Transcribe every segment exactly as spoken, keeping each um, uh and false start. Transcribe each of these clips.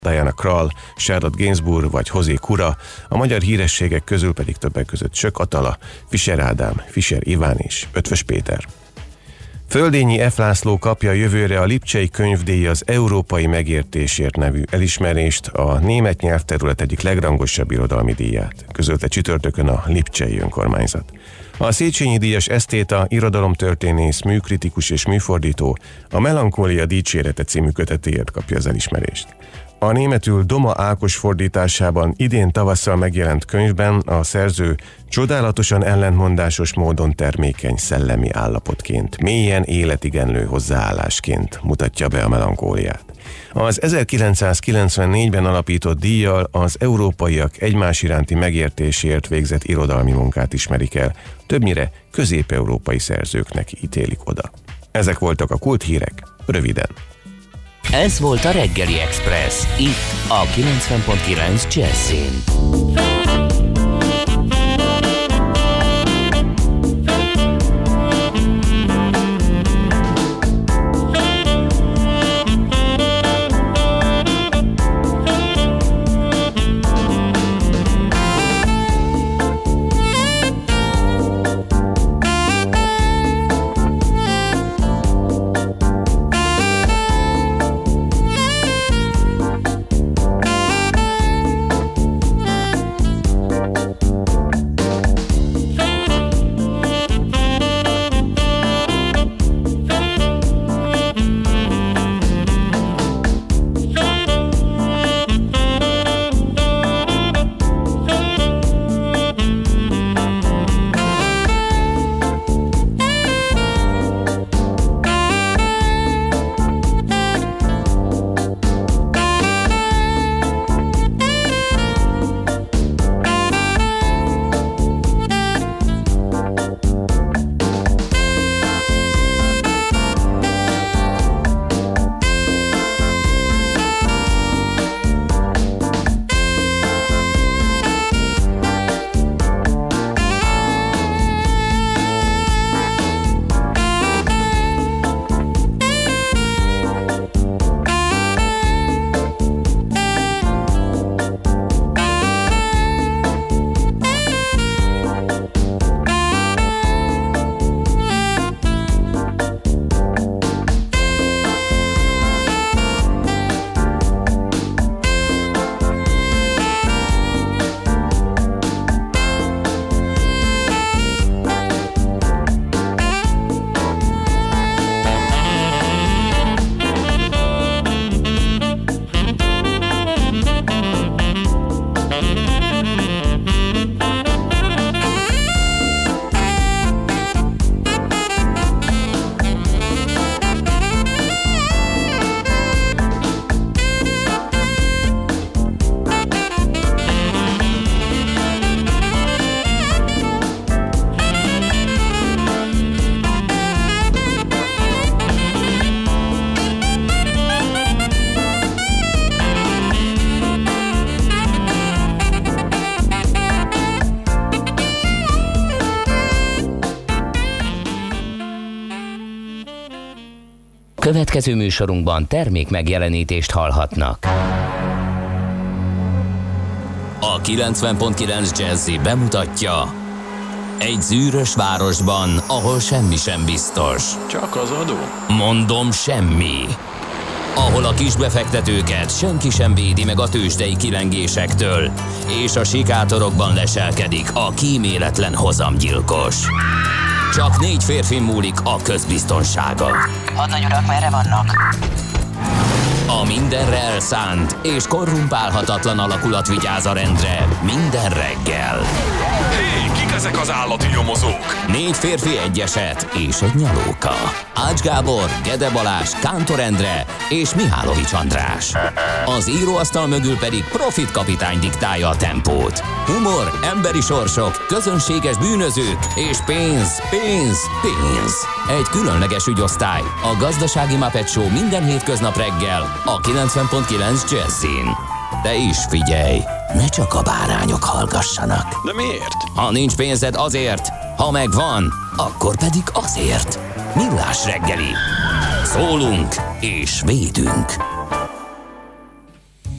Diana Krall, Charlotte Gainsbourg vagy José Cura, a magyar hírességek közül pedig többek között Sök Atala, Fischer Ádám, Fischer Iván és Ötvös Péter. Földényi F. László kapja jövőre a Lipcsei Könyvdíj az Európai Megértésért nevű elismerést, a német nyelvterület egyik legrangosabb irodalmi díját, közölte csütörtökön a Lipcsei önkormányzat. A Széchenyi díjas esztéta, irodalomtörténész, műkritikus és műfordító a Melankólia dicsérete című kötetéért kapja az elismerést. A németül Doma Ákos fordításában idén tavasszal megjelent könyvben a szerző csodálatosan ellentmondásos módon termékeny szellemi állapotként, mélyen életigenlő hozzáállásként mutatja be a melankóliát. Az ezerkilencszázkilencvennégyben alapított díjjal az európaiak egymás iránti megértésért végzett irodalmi munkát ismerik el, többnyire közép-európai szerzőknek ítélik oda. Ezek voltak a kulthírek, röviden. Ez volt a Reggeli Express, itt a kilencven pont kilenc Jazzin. Következő műsorunkban termék megjelenítést hallhatnak. A kilencven pont kilenc Jazzy bemutatja: egy zűrös városban, ahol semmi sem biztos. Csak az adó? Mondom, semmi. Ahol a kisbefektetőket senki sem védi meg a tőzsdei kilengésektől, és a sikátorokban leselkedik a kíméletlen hozamgyilkos. Csak négy férfi múlik a közbiztonsága. Hadnagy urak, merre vannak? A mindenre elszánt és korrumpálhatatlan alakulat vigyáz a rendre minden reggel. Hé, kik ezek az állati nyomozók? Négy férfi, egy eset és egy nyalóka. Ács Gábor, Gede Balázs, Kántor Endre és Mihálovics András. Az íróasztal mögül pedig Profit kapitány diktálja a tempót. Humor, emberi sorsok, közönséges bűnözők és pénz, pénz, pénz. Egy különleges ügyosztály, a Gazdasági Muppet Show minden hétköznap reggel a kilencven pont kilenc Jazzin. De is figyelj, ne csak a bárányok hallgassanak. De miért? Ha nincs pénzed, azért, ha megvan, akkor pedig azért. Millás reggeli. Szólunk és védünk.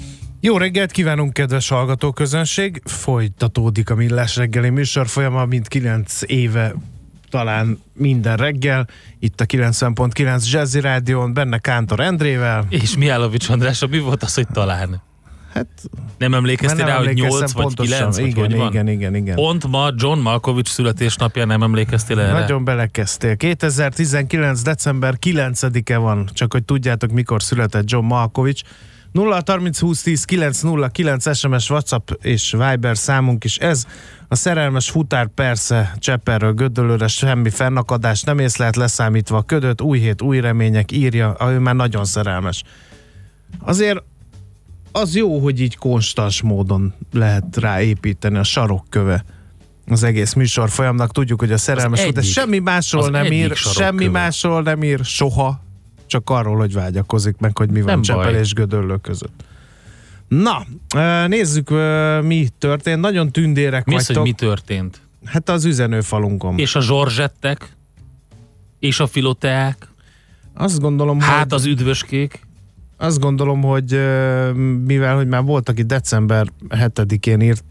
Jó reggelt kívánunk, kedves hallgatóközönség! Folytatódik a Millás reggeli műsorfolyama, mint kilenc éve talán minden reggel, itt a kilencven pont kilenc Jazzy Rádión, benne Kántor Endrével. És Mihálovics András, mi volt az, hogy talán? Hát, nem emlékeztél rá, hogy nyolc vagy pontosan. kilenc, vagy igen, hogy van? Igen, igen, igen. Pont ma John Malkovich születésnapja, nem emlékeztél erre? Nagyon belekezdtél. kétezer-tizenkilenc. december kilencedike van, csak hogy tudjátok, mikor született John Malkovich. nulla harminc húsz tíz kilenc nulla kilenc es em es, WhatsApp és Viber számunk is ez. A szerelmes futár persze Csepperről Gödöllőre semmi fennakadás nem észlelt, leszámítva a ködöt, új hét, új remények, írja, ő már nagyon szerelmes. Azért az jó, hogy így konstans módon lehet ráépíteni a sarokköve az egész műsor folyamnak. Tudjuk, hogy a szerelmes egyik, futár semmi másról nem ír, semmi másról nem ír soha, csak arról, hogy vágyakozik meg, hogy mi van nem Csepel baj. és Gödöllő között. Na, nézzük, mi történt. Nagyon tündérek Mi az, vagytok. hogy mi történt? Hát az üzenőfalunkon. És a zsorzsettek? És a filoteák? Azt gondolom, Hát hogy, az üdvöskék? azt gondolom, hogy mivel, hogy már volt, aki december hetedikén írt,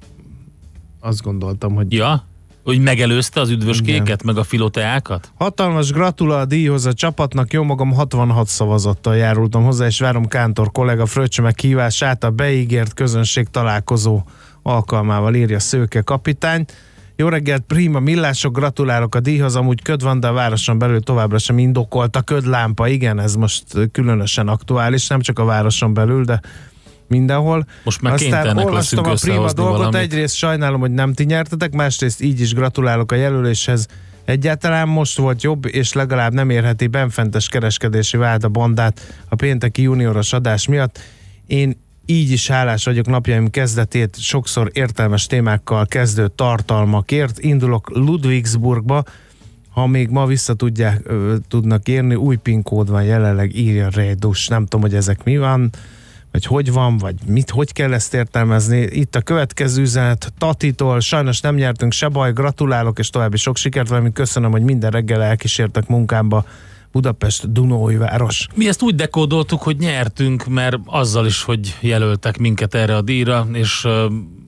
azt gondoltam, hogy Ja? Hogy megelőzte az üdvöskéket, igen, meg a filoteákat? hatalmas gratula a díjhoz a csapatnak, jó magam hatvanhat szavazattal járultam hozzá, és várom Kántor kollega fröccsömek hívását a beígért közönség találkozó alkalmával, írja Szőke kapitány. Jó reggelt, prima millások, gratulálok a díjhoz, amúgy köd van, de a városon belül továbbra sem indokolt a ködlámpa. Igen, ez most különösen aktuális, nem csak a városon belül, de mindenhol. Most már Aztán kénytelenek olvastam leszünk a prima összehozni dolgot, valamit. egyrészt sajnálom, hogy nem ti nyertetek, másrészt így is gratulálok a jelöléshez. Egyáltalán most volt jobb, és legalább nem érheti benfentes kereskedési vád a bandát a pénteki junioros adás miatt. Én így is hálás vagyok napjaim kezdetét sokszor értelmes témákkal kezdő tartalmakért. Indulok Ludwigsburgba, ha még ma vissza tudják, ö, tudnak érni, új PIN kód van jelenleg, írja Redus. Nem tudom, hogy ezek mi van, vagy hogy van, vagy mit, hogy kell ezt értelmezni. Itt a következő üzenet Tatitól, sajnos nem nyertünk, se baj, gratulálok, és további sok sikert, valamint köszönöm, hogy minden reggel elkísértek munkámba. Budapest, Dunaújváros. Mi ezt úgy dekódoltuk, hogy nyertünk, mert azzal is, hogy jelöltek minket erre a díjra, és uh,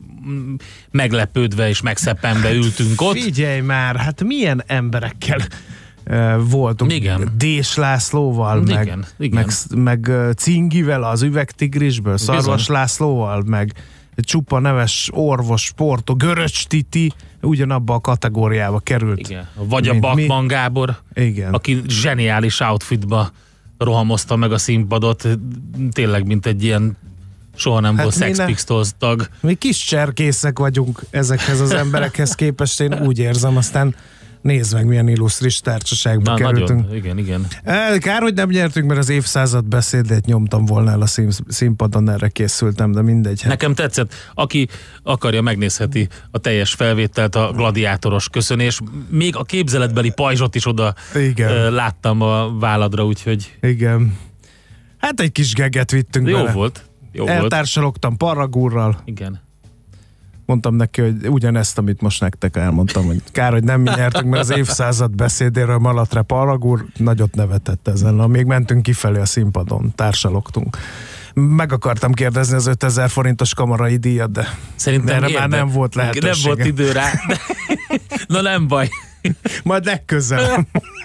meglepődve és megszeppenve ültünk ott. Figyelj már, hát milyen emberekkel uh, voltunk. Igen. Dés Lászlóval, Igen, meg, igen. meg, meg uh, Cingivel az Üvegtigrisből, Szarvas Bizony. Lászlóval, meg csupa neves orvos, sportó, Göröcs Titi, ugyanabba a kategóriába került. Igen. Vagy a Mint Bakman Gábor, Igen. aki zseniális outfitba rohamozta meg a színpadot, tényleg, mint egy ilyen soha nem Hát volt mi Sex ne- Pistols tag. Mi kis cserkészek vagyunk ezekhez az emberekhez képest, én úgy érzem, aztán nézd meg, milyen illusztris társaságba Na, kerültünk. nagyon, igen, igen. E, Kár, hogy nem nyertünk, mert az évszázad beszédét nyomtam volna el a szín, színpadon, erre készültem, de mindegy. Hát. Nekem tetszett. Aki akarja, megnézheti a teljes felvételt, a gladiátoros köszönés. Még a képzeletbeli pajzsot is oda Igen. ö, láttam a válladra, úgyhogy Igen. Hát egy kis geget vittünk jó bele. volt. Jó volt. Eltársalogtam Parragúrral, Igen. mondtam neki, hogy ugyanezt, amit most nektek elmondtam, hogy kár, hogy nem mi nyertünk, mert az évszázad beszédéről Malatre Parragúr nagyot nevetett ezen. Na, még mentünk kifelé a színpadon, társalogtunk. Meg akartam kérdezni az ötezer forintos kamarai díjat, de Szerintem erre érde. már nem volt lehetősége. Nem volt idő rá. Na nem baj. Majd legközelebb.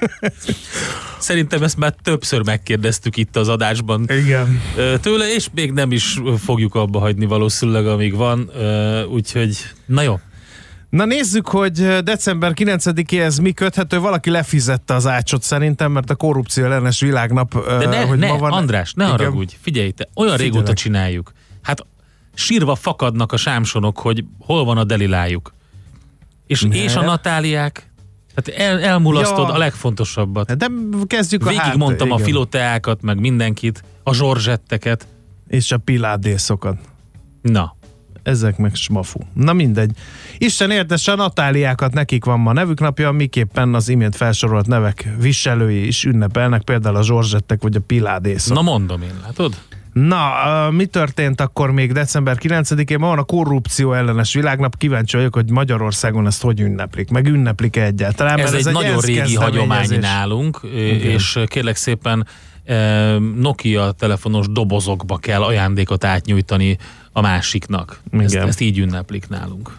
Szerintem ezt már többször megkérdeztük itt az adásban Igen. ö, tőle, és még nem is fogjuk abba hagyni valószínűleg, amíg van. Ö, Úgyhogy, na jó. Na nézzük, hogy december kilencedikéhez mi köthető. Valaki lefizette az ácsot szerintem, mert a korrupció ellenes világnap, De ne, hogy ne ma van. András, ne Igen. haragudj, figyelj te, olyan Figyelek. régóta csináljuk. Hát sírva fakadnak a sámsonok, hogy hol van a Delilájuk. És, Ne. és a Natáliák. Hát el, elmulasztod Ja. a legfontosabbat. De kezdjük a Végig hát, mondtam a igen. filoteákat, meg mindenkit, a zsorzsetteket. És a piládészokat. Na, Ezek meg smafú. Na mindegy. Isten értesse, a Natáliákat, nekik van ma nevük napja, miképpen az imént felsorolt nevek viselői is ünnepelnek, például a zsorzsettek vagy a piládészok. na mondom én, látod? Na, mi történt akkor még december kilencedikén? Ma van a korrupció ellenes világnap. Kíváncsi vagyok, hogy Magyarországon ezt hogy ünneplik, meg ünneplik-e egyáltalán. Ez, ez egy, egy nagyon régi hagyomány nálunk, igen. És kérlek szépen Nokia telefonos dobozokba kell ajándékot átnyújtani a másiknak. Ezt, ezt így ünneplik nálunk.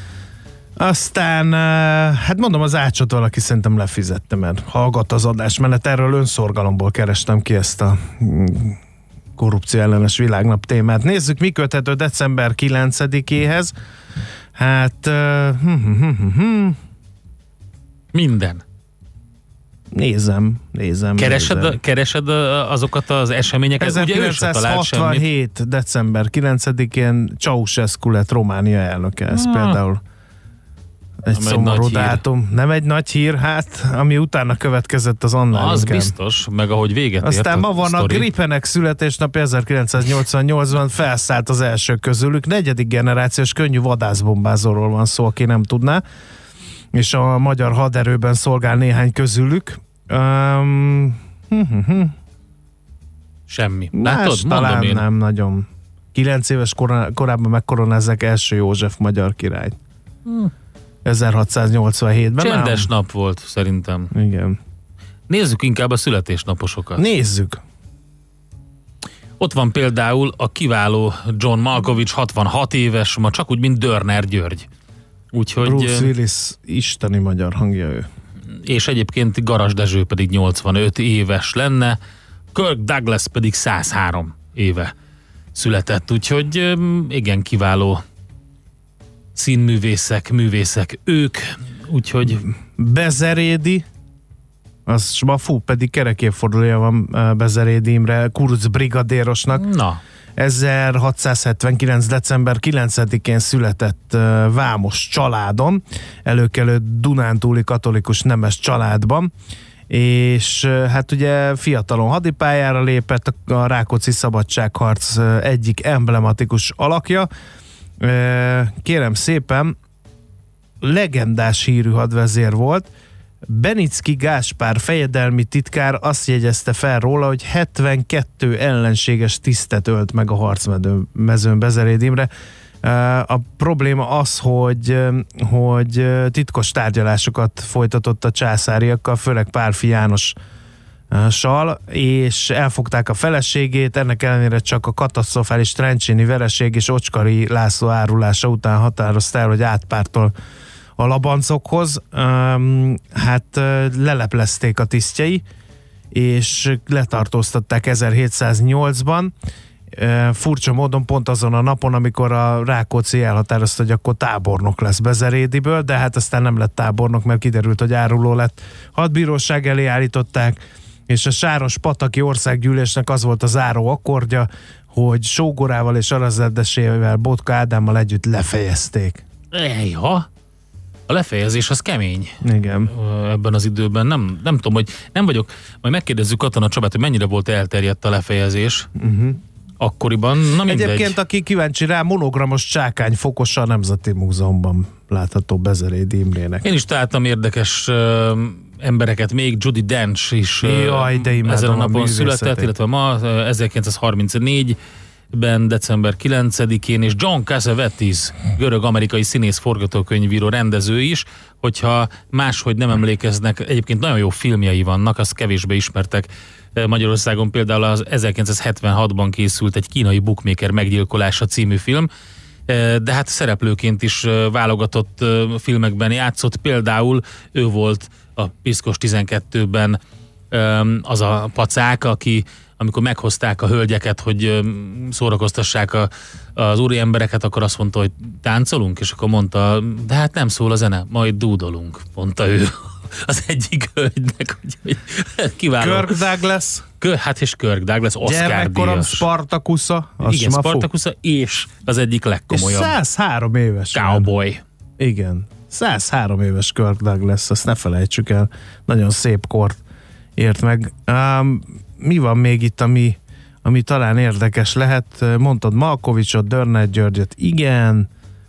Aztán, hát mondom, az ácsot valaki szerintem lefizette, mert hallgat az adás menet. Erről önszorgalomból kerestem ki ezt a korrupció ellenes világnap témát. Nézzük, mi köthető december kilencedikéhez. Hát... Uh, hm, hm, hm, hm. Minden. Nézem, nézem. Keresed, nézem. keresed azokat az eseményeket? ezerkilencszázhatvanhét december kilencedikén Ceausescu lett Románia elnöke. Ez ah. például egy nem szomorú egy dátum. Nem egy nagy hír, hát ami utána következett az annál Az inkább. Biztos, meg ahogy véget ért. Aztán ma van sztori. A Gripenek születésnapja, ezerkilencszáznyolcvannyolcban felszállt az első közülük. Negyedik generációs könnyű vadászbombázóról van szó, aki nem tudná. És a magyar haderőben szolgál néhány közülük. Um, hm, hm, hm. Semmi. Látod? Talán én. Nem nagyon. Kilenc éves kor- korában megkoronázzák első József magyar királyt. Hm. ezerhatszáznyolcvanhétben. Csendes nap volt, szerintem. Igen. Nézzük inkább a születésnaposokat. Nézzük. Ott van például a kiváló John Malkovich, hatvanhat éves, ma csak úgy, mint Dörner György. Úgyhogy, Bruce Willis isteni magyar hangja ő. És egyébként Garas Dezső pedig nyolcvanöt éves lenne, Kirk Douglas pedig száz három éve született, úgyhogy igen, kiváló színművészek, művészek ők, úgyhogy... Bezerédi, az ma fú, pedig kerekéfordulója van Bezerédi Imre, Kuruc brigadérosnak. Na. ezerhatszázhetvenkilenc december kilencedikén született uh, vámos családon, előkelő dunántúli katolikus nemes családban, és uh, hát ugye fiatalon hadipályára lépett, a Rákóczi szabadságharc uh, egyik emblematikus alakja. Uh, kérem szépen, legendás hírű hadvezér volt. Benicki Gáspár fejedelmi titkár azt jegyezte fel róla, hogy hetvenkettő ellenséges tisztet ölt meg a harcmezőn Bezeréd Imre. A probléma az, hogy, hogy titkos tárgyalásokat folytatott a császáriakkal, főleg Pálffy Jánossal, és elfogták a feleségét, ennek ellenére csak a katasztrofális trencsini vereség és Ocskari László árulása után határozta el, hogy átpártol a labancokhoz. Um, hát leleplezték a tisztjei, és letartóztatták ezerhétszáznyolcban. Uh, furcsa módon pont azon a napon, amikor a Rákóczi elhatározta, hogy akkor tábornok lesz Bezerédiből, de hát aztán nem lett tábornok, mert kiderült, hogy áruló lett. Hadbíróság elé állították, és a Sáros-pataki országgyűlésnek az volt a záró akkordja, hogy sógorával és arazerdesével, Botka Ádámmal együtt lefejezték. Ejha! A lefejezés az kemény. Igen. Ebben az időben. Nem, nem tudom, hogy nem vagyok, majd megkérdezzük Katona Csabát, hogy mennyire volt elterjedt a lefejezés uh-huh. akkoriban. Na mindegy. Egyébként, aki kíváncsi rá, monogramos csákány fokosa a Nemzeti Múzeumban látható Bezerédi Imrének. Én is találtam érdekes uh, embereket, még Judi Dench is uh, Jaj, de ezen a napon a született, illetve ma uh, ezerkilencszázharmincnégy ben december kilencedikén, és John Cassavetes, görög-amerikai színész, forgatókönyvíró, rendező is, hogyha máshogy nem emlékeznek, egyébként nagyon jó filmjei vannak, azt kevésbé ismertek Magyarországon, például az ezerkilencszázhetvenhatban készült egy kínai bookmaker meggyilkolása című film, de hát szereplőként is válogatott filmekben játszott, például ő volt a Piszkos tizenkettőben az a pacák, aki amikor meghozták a hölgyeket, hogy szórakoztassák a, az úri embereket, akkor azt mondta, hogy táncolunk, és akkor mondta, de hát nem szól a zene, majd dúdolunk, mondta ő az egyik hölgynek, hogy kiváló. Kirk Douglas. Kör, hát és Kirk Douglas, Oscar Gyermekkorom díjas. Spartacusza. Igen, Spartacusza, és az egyik legkomolyabb. És száz három éves. Cowboy. Igen. száz három éves Kirk Douglas, azt ne felejtsük el. Nagyon szép kort ért meg. Um, mi van még itt, ami, ami talán érdekes lehet? Mondtad Malkovicsot, Dörner Györgyöt, igen.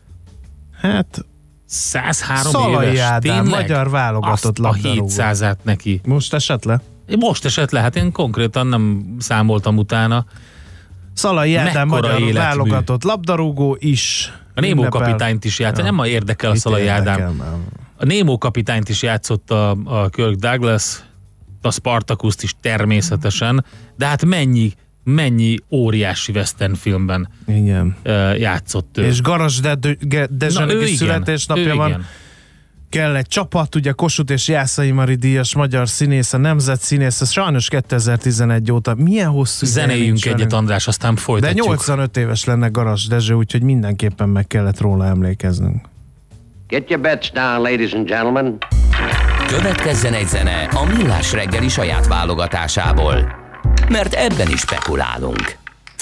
Hát száz három Szalai éves, Ádám, tényleg? magyar válogatott labdarúgó. Azt a hétszázát neki. Most esett le? Most esett le, hát én konkrétan nem számoltam utána. Szalai Ádám Mekkora magyar életmű. válogatott labdarúgó is. A Némó ünnepel. kapitányt is játszott, nem ma érdekel a Itt Szalai érdekel Ádám. már. A Némó kapitányt is játszott a, a Kirk Douglas, a Spartacust is természetesen, de hát mennyi, mennyi óriási western filmben Igen. uh, játszott ő. És Garas De- De- Dezsőnek is születésnapja van. igen. Kell egy csapat, ugye Kossuth és Jászai Mari díjas magyar színész, a nemzetszínész, ez sajnos kétezer-tizenegy óta. Milyen hosszú ideje Zenéljünk nincs egyet, velünk. András, aztán De folytatjuk. nyolcvanöt éves lenne Garas Dezső, úgyhogy mindenképpen meg kellett róla emlékeznünk. Get your bets down, ladies and gentlemen. Következzen egy zene a Millás reggeli saját válogatásából, mert ebben is spekulálunk.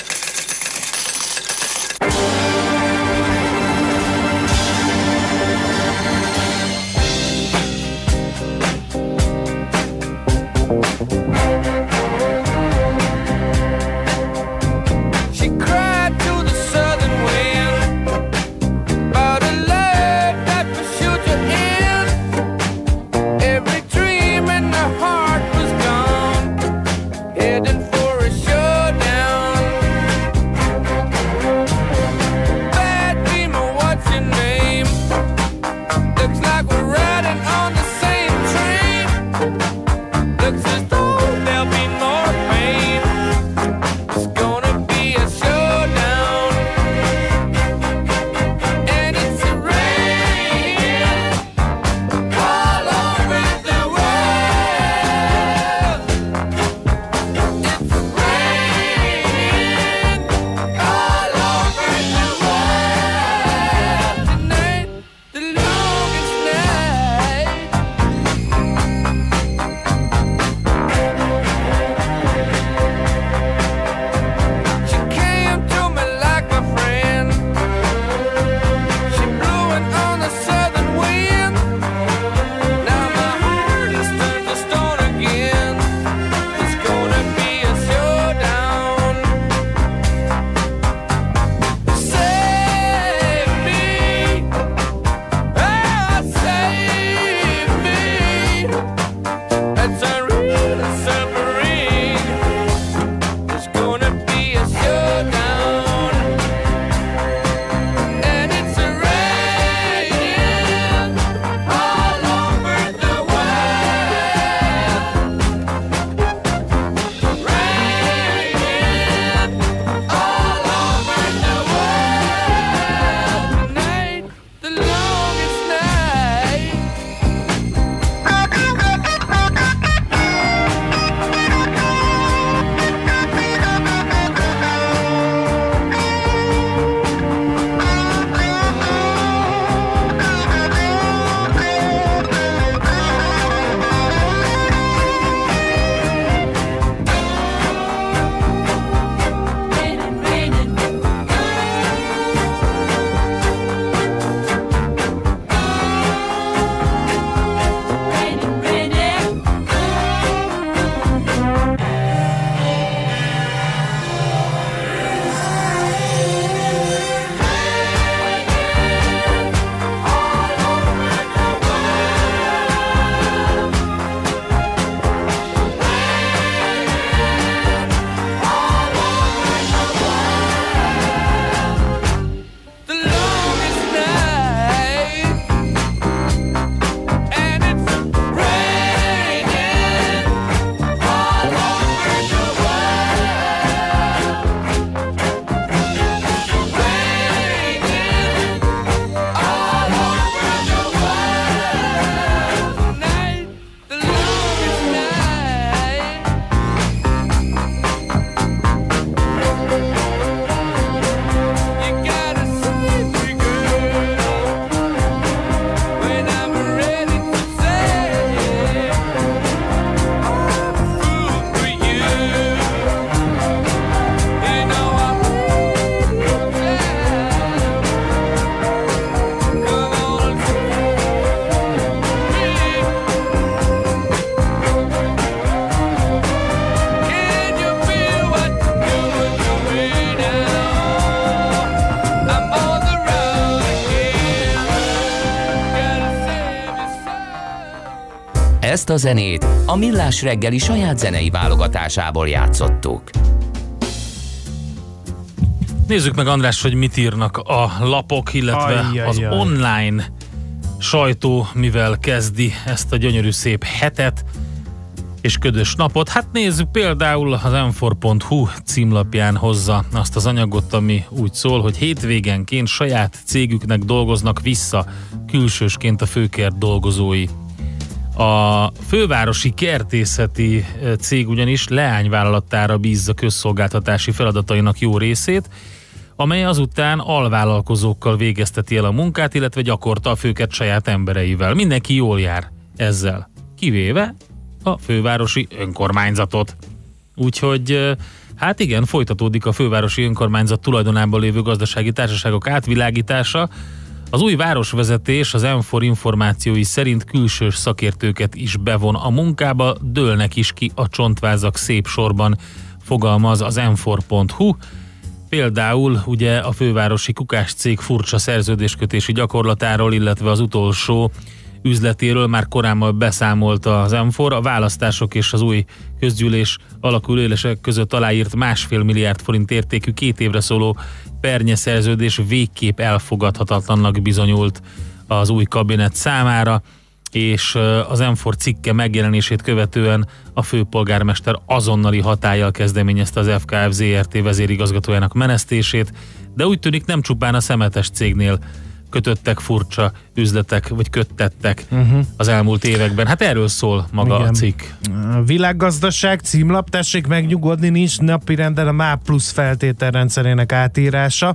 She cried to the southern wind about a love that pursued her in. Every dream in her heart was gone, heading for a showdown. Bad dream of what's your name? Looks like we're riding on the same train. Looks as though there'll be more pain. It's gonna be a showdown, and it's a rain all over the world. It's raining all over the world tonight, the longest night. She came to me like a friend. She blew it on the southern wind. Now my heart is turned to stone again. It's gonna be a showdown. Save me, oh, save me. It's a real suffering. It's gonna be a showdown, and it's a raining all over the world. Raining all over the world tonight, the longest night. The longest night, and it's raining all over the world. Raining all over the world tonight, the longest night. You gotta save me, girl, when I'm ready to say I'm through for you. You know I'm waiting time. Come on and save me. Can you feel what you're doing to me now? I'm on the road again. Gotta save yourself. Ezt a zenét a Millás reggeli saját zenei válogatásából játszottuk. Nézzük meg, András, hogy mit írnak a lapok, illetve Ajjajjaj. az online sajtó, mivel kezdi ezt a gyönyörű szép hetet és ködös napot. Hát nézzük, például az em négy pont hu címlapján hozza azt az anyagot, ami úgy szól, hogy hétvégenként saját cégüknek dolgoznak vissza külsősként a főkert dolgozói. A fővárosi kertészeti cég ugyanis leányvállalatára bízza közszolgáltatási feladatainak jó részét, amely azután alvállalkozókkal végezteti el a munkát, illetve gyakorta a főkert saját embereivel. Mindenki jól jár ezzel, kivéve a fővárosi önkormányzatot. Úgyhogy hát igen, folytatódik a fővárosi önkormányzat tulajdonában lévő gazdasági társaságok átvilágítása. Az új városvezetés az em négy információi szerint külsős szakértőket is bevon a munkába, dőlnek is ki a csontvázak szép sorban, fogalmaz az em négy pont hu. Például ugye a fővárosi kukás cég furcsa szerződéskötési gyakorlatáról, illetve az utolsó üzletéről már korábban beszámolt az em négy, a választások és az új közgyűlés alakulélesek között aláírt másfél milliárd forint értékű két évre szóló pernye szerződés végképp elfogadhatatlannak bizonyult az új kabinet számára, és az em négy cikke megjelenését követően a főpolgármester azonnali hatállyal kezdeményezte az ef ká ef zé er té vezérigazgatójának menesztését, de úgy tűnik nem csupán a szemetes cégnél kötöttek furcsa üzletek, vagy köttettek uh-huh. az elmúlt években. Hát erről szól maga igen. a cikk. A világgazdaság címlap, tessék megnyugodni, nincs napirenden a MÁ plusz feltételrendszerének átírása.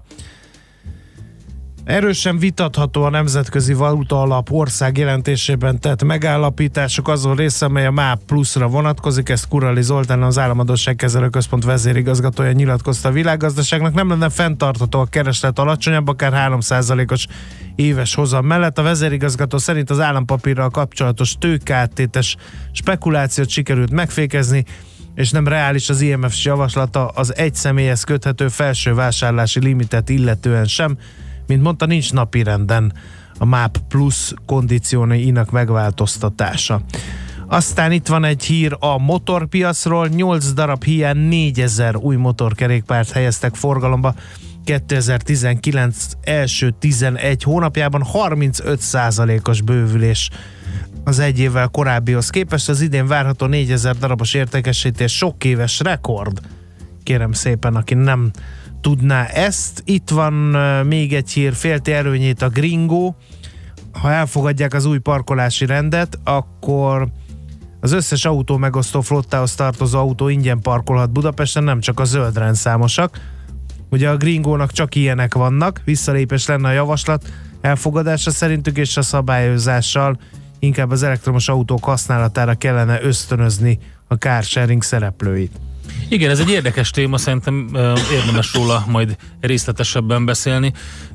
Erősen vitatható a Nemzetközi Valuta Alap ország jelentésében tett megállapítások azon része, amely a MÁ pluszra vonatkozik. Ezt Kurali Zoltán, az Államadósságkezelő Központ vezérigazgatója nyilatkozta a világgazdaságnak. Nem lenne fenntartható a kereslet alacsonyabb, akár három százalékos éves hozam mellett. A vezérigazgató szerint az állampapírral kapcsolatos tőkeáttétes spekulációt sikerült megfékezni, és nem reális az i em ef javaslata az egy személyhez köthető felső vásárlási limitet illetően sem. Mint mondta, nincs napirenden a MÁP plusz kondicióinak megváltoztatása. Aztán itt van egy hír a motorpiacról, nyolc darab hiány négyezer új motorkerékpárt helyeztek forgalomba kétezer-tizenkilenc első tizenegy hónapjában, harmincöt százalékos bővülés az egy évvel korábbihoz képest. Az idén várható négyezer darabos értékesítés sok éves rekord. Kérem szépen, aki nem tudná ezt. Itt van még egy hír, félti erőnyét a Gringo. Ha elfogadják az új parkolási rendet, akkor az összes autó megosztó flottához tartozó autó ingyen parkolhat Budapesten, nem csak a zöld rendszámosak. Ugye a Gringónak csak ilyenek vannak, visszalépés lenne a javaslat elfogadása szerintük, és a szabályozással inkább az elektromos autók használatára kellene ösztönözni a carsharing szereplőit. Igen, ez egy érdekes téma, szerintem érdemes róla majd részletesebben beszélni.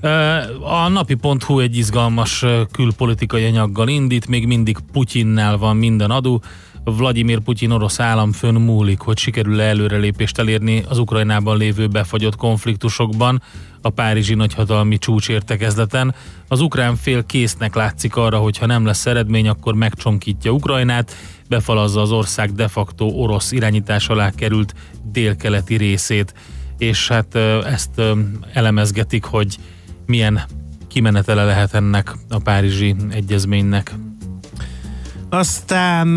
A napi pont hu egy izgalmas külpolitikai anyaggal indít, még mindig Putyinnál van minden adó. Vladimir Putyin orosz államfőn múlik, hogy sikerül-e előrelépést elérni az Ukrajnában lévő befagyott konfliktusokban a párizsi nagyhatalmi csúcsértekezleten. Az ukrán fél késznek látszik arra, hogy ha nem lesz eredmény, akkor megcsonkítja Ukrajnát, befalazza az ország de facto orosz irányítás alá került délkeleti részét, és hát ezt elemezgetik, hogy milyen kimenetele lehet ennek a párizsi egyezménynek. Aztán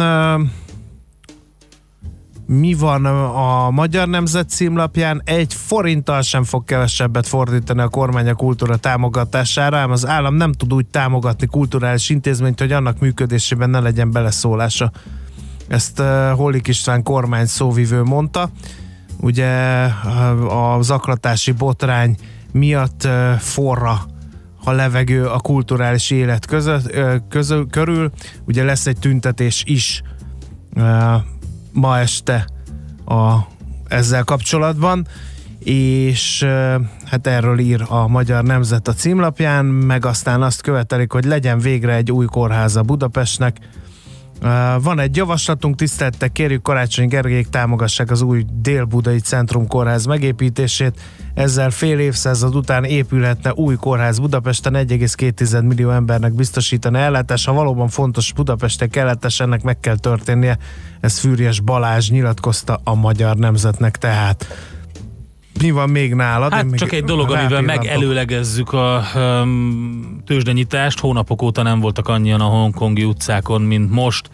mi van a Magyar Nemzet címlapján? Egy forinttal sem fog kevesebbet fordítani a kormány a kultúra támogatására, ám az állam nem tud úgy támogatni kulturális intézményt, hogy annak működésében ne legyen beleszólása. Ezt uh, Hollik István kormány szóvivő mondta. Ugye a zaklatási botrány miatt uh, forra a levegő a kulturális élet között, uh, közül, körül. Ugye lesz egy tüntetés is uh, ma este a, ezzel kapcsolatban, és uh, hát erről ír a Magyar Nemzet a címlapján, meg aztán azt követelik, hogy legyen végre egy új kórháza Budapestnek. Uh, van egy javaslatunk, tisztelettel kérjük, Karácsony Gergelyék támogassák az új Dél-Budai Centrum Kórház megépítését. Ezzel fél évszázad után épülhetne új kórház Budapesten, egy egész két millió embernek biztosítani ellátás. Ha valóban fontos Budapestek ellátás, ennek meg kell történnie. Ez Füriyes Balázs nyilatkozta a Magyar Nemzetnek tehát. Mi van még nálad? Hát Én csak még egy dolog, amivel rápillantok. megelőlegezzük a um, tőzsdenyitást. Hónapok óta nem voltak annyian a hongkongi utcákon, mint most,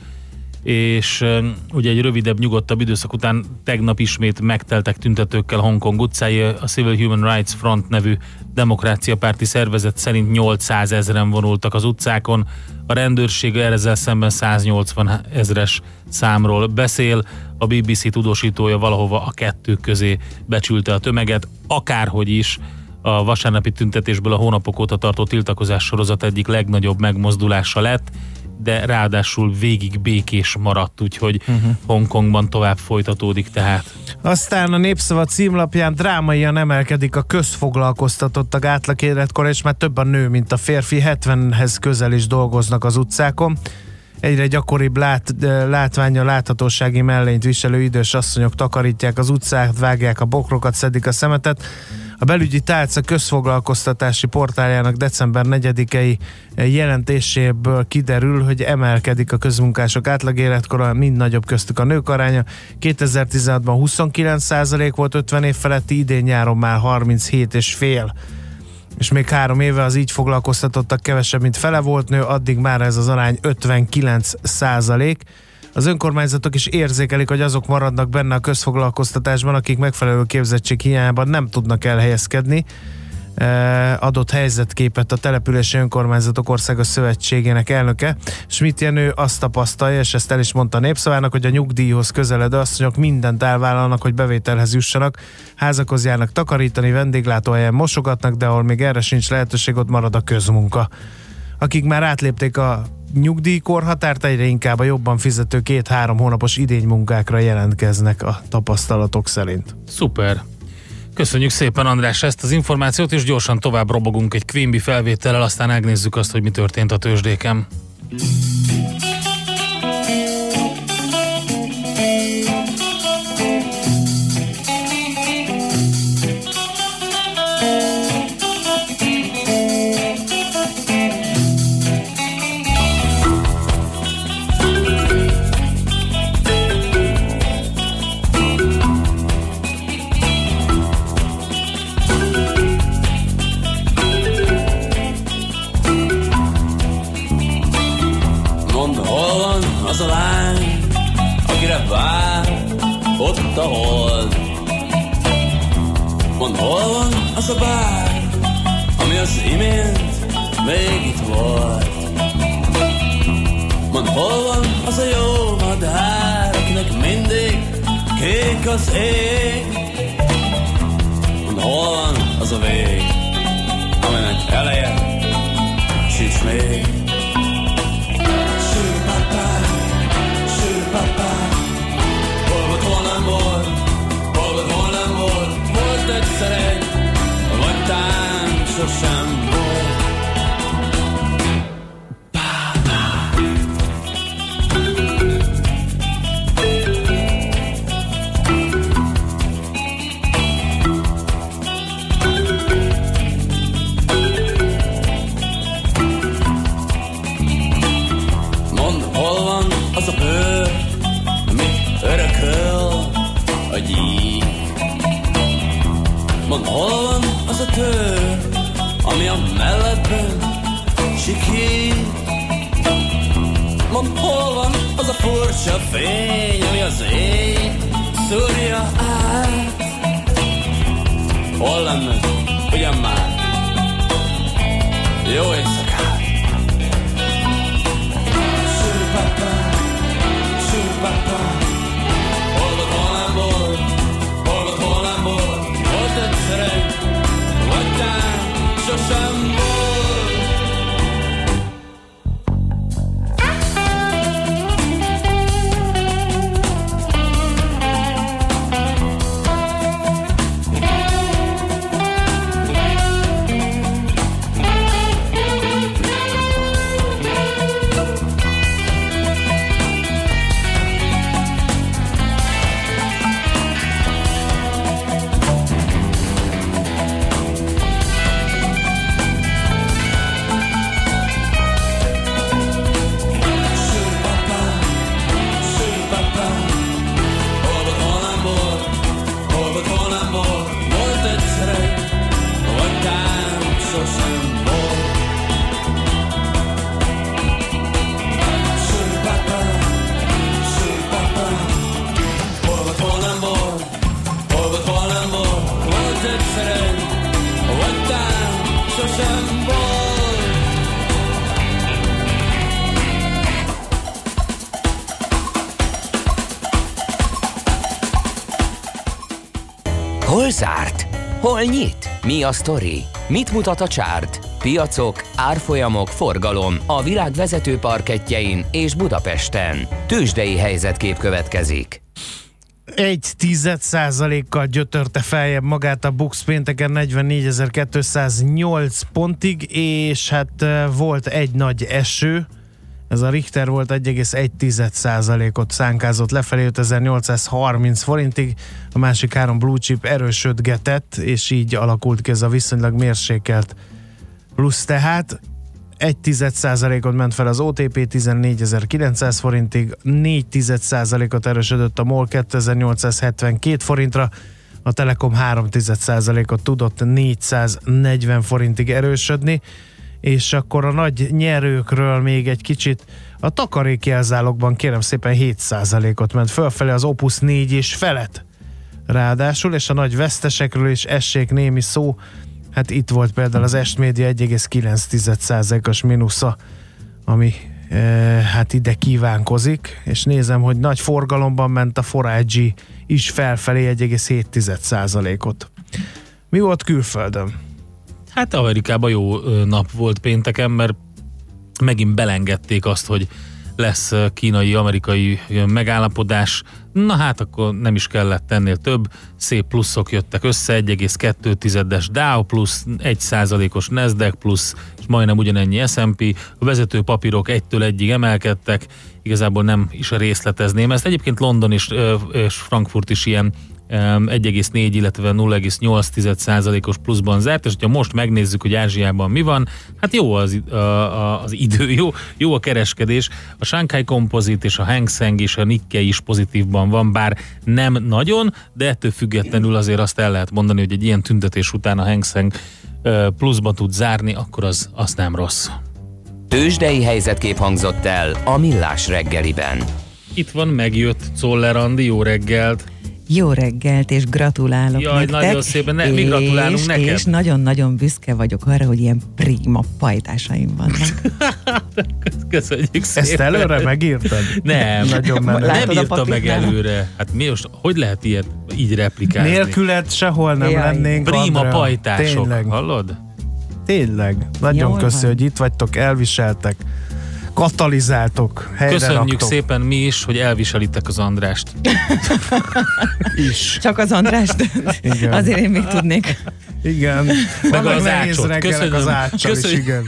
és um, ugye egy rövidebb, nyugodtabb időszak után tegnap ismét megteltek tüntetőkkel Hongkong utcái. A Civil Human Rights Front nevű demokráciapárti szervezet szerint nyolcszázezren vonultak az utcákon. A rendőrség ezzel szemben száznyolcvan ezres számról beszél. A bé bé cé tudósítója valahova a kettő közé becsülte a tömeget. Akárhogy is, a vasárnapi tüntetésből a hónapok óta tartó tiltakozás sorozat egyik legnagyobb megmozdulása lett, de ráadásul végig békés maradt, úgyhogy uh-huh. Hongkongban tovább folytatódik tehát. Aztán a Népszava címlapján drámaian emelkedik a közfoglalkoztatottak átlag életkor, és már több a nő, mint a férfi, hetvenhez közel is dolgoznak az utcákon. Egyre gyakoribb lát, látványa láthatósági mellényt viselő idős asszonyok takarítják az utcát, vágják a bokrokat, szedik a szemetet. A belügyi tálca közfoglalkoztatási portáljának december negyedikei jelentéséből kiderül, hogy emelkedik a közmunkások átlagéletkora, mind nagyobb köztük a nők aránya. kétezer-tizenhatban huszonkilenc százalék volt ötven év feletti, idén nyáron már harminchét és fél. És még három éve az így foglalkoztatottak kevesebb, mint fele volt nő, addig már ez az arány ötvenkilenc százalék. Az önkormányzatok is érzékelik, hogy azok maradnak benne a közfoglalkoztatásban, akik megfelelő képzettség hiányában nem tudnak elhelyezkedni. Adott helyzetképet a Települési Önkormányzatok Országos Szövetségének elnöke Schmidt Jenő azt tapasztalja, és ezt el is mondta a Népszavának, hogy a nyugdíjhoz közeledő asszonyok mindent elvállalnak, hogy bevételhez jussanak, házakhoz járnak takarítani, vendéglátóhelyen mosogatnak, de ahol még erre sincs lehetőség, ott marad a közmunka. Akik már átlépték a nyugdíjkorhatárt, egyre inkább a jobban fizető két-három hónapos idénymunkákra jelentkeznek a tapasztalatok szerint. Szuper! Köszönjük szépen, András, ezt az információt, és gyorsan tovább robogunk egy Quimby felvétellel, aztán megnézzük azt, hogy mi történt a tőzsdéken. Az a lány, akire vár ott a hold. Mondd, hol van az a bár, ami az imént még itt volt. Mondd, hol van az a jó madár, akinek mindig kék az ég. Mondd, hol van az a vég, aminek eleje sincs még. Hol volt, hol nem volt, hol volt, hol nem volt, volt egyszer egy, vagy tán sosem volt. Mondd, hol van az a bőr, amit örököl a gyík. Mondd, hol van az a tör, ami a melledben sikít. Mondd, hol van az a furcsa fény, ami az ég szúrja át. Hol lenne, ugyan már, jó éjszakát. Hol volt, hol nem volt, hol volt, hol nem volt, volt egyszer egy, vagy tán sosem volt. sosem volt. Sőpapa, sőpapa, hol volt, hol nem volt, hol volt, hol nem volt, volt egyszerűen, vagy tán sosem volt. Hol zárt? Hol nyit? Mi a sztori? Mit mutat a csárt? Piacok, árfolyamok, forgalom a világ vezető parkettjein és Budapesten. Tőzsdei helyzetkép következik. Egy tized százalékkal gyötörte feljebb magát a Bux pénteken negyvennégyezer-kétszáznyolc pontig, és hát volt egy nagy eső. Ez a Richter volt, egy egész egy tized százalékot szánkázott lefelé, ötezer-nyolcszázharminc forintig, a másik három blue chip erősödgetett, és így alakult ki ez a viszonylag mérsékelt plusz, tehát egy tized százalékot ment fel az o té pé tizennégyezer-kilencszáz forintig, négy tized százalékot erősödött a MOL kétezer-nyolcszázhetvenkét forintra, a Telekom három tized százalékot tudott négyszáznegyven forintig erősödni, és akkor a nagy nyerőkről még egy kicsit. A takarékjelzálogban kérem szépen hét százalékot ment fölfelé, az Opus négy és felett ráadásul, és a nagy vesztesekről is essék némi szó. Hát itt volt például az Est Média egy egész kilenc tized százalékos mínusza, ami e, hát ide kívánkozik, és nézem, hogy nagy forgalomban ment a négy G is felfelé egy egész hét tized százalékot. Mi volt külföldön? Hát Amerikában jó nap volt pénteken, mert megint belengedték azt, hogy lesz kínai-amerikai megállapodás. Na hát akkor nem is kellett ennél több. Szép pluszok jöttek össze, egy egész kettő tizedes Dow plusz, egy százalékos Nasdaq plusz, és majdnem ugyanennyi es and pé. A vezető papírok egytől egyig emelkedtek, igazából nem is részletezném ezt. Egyébként London és, és Frankfurt is ilyen egy egész négy, illetve nulla egész nyolc százalékos pluszban zárt, és hogyha most megnézzük, hogy Ázsiában mi van, hát jó az, a, a, az idő, jó, jó a kereskedés. A Shanghai Composite és a Hang Seng és a Nikkei is pozitívban van, bár nem nagyon, de ettől függetlenül azért azt el lehet mondani, hogy egy ilyen tüntetés után a Hang Seng pluszba tud zárni, akkor az, az nem rossz. Tőzsdei helyzetkép hangzott el a Millás reggeliben. Itt van, megjött Czoller Andi, jó reggelt! Jó reggelt, és gratulálok Jaj, nektek. nagyon szépen, ne, mi gratulálunk és, neked. És nagyon-nagyon büszke vagyok arra, hogy ilyen prima pajtásaim vannak. Köszönjük szépen. Ezt előre megírtad? Nem, Nagyon menő. nem írta meg előre. Hát mi most, hogy lehet ilyet így replikálni? Nélküled sehol nem Jaj. lennénk, Prima Andrea. pajtások, Tényleg. hallod? Tényleg. Nagyon Jól köszi, van. hogy itt vagytok, elviseltek, katalizáltok, helyre Köszönjük raktok. szépen mi is, hogy elviselitek az Andrást. Is. Csak az Andrást. Igen. Azért én még tudnék. Igen. Meg Vannak az nehéz ácsot. reggelek Köszönöm. az áccsal is, Köszönjük. igen.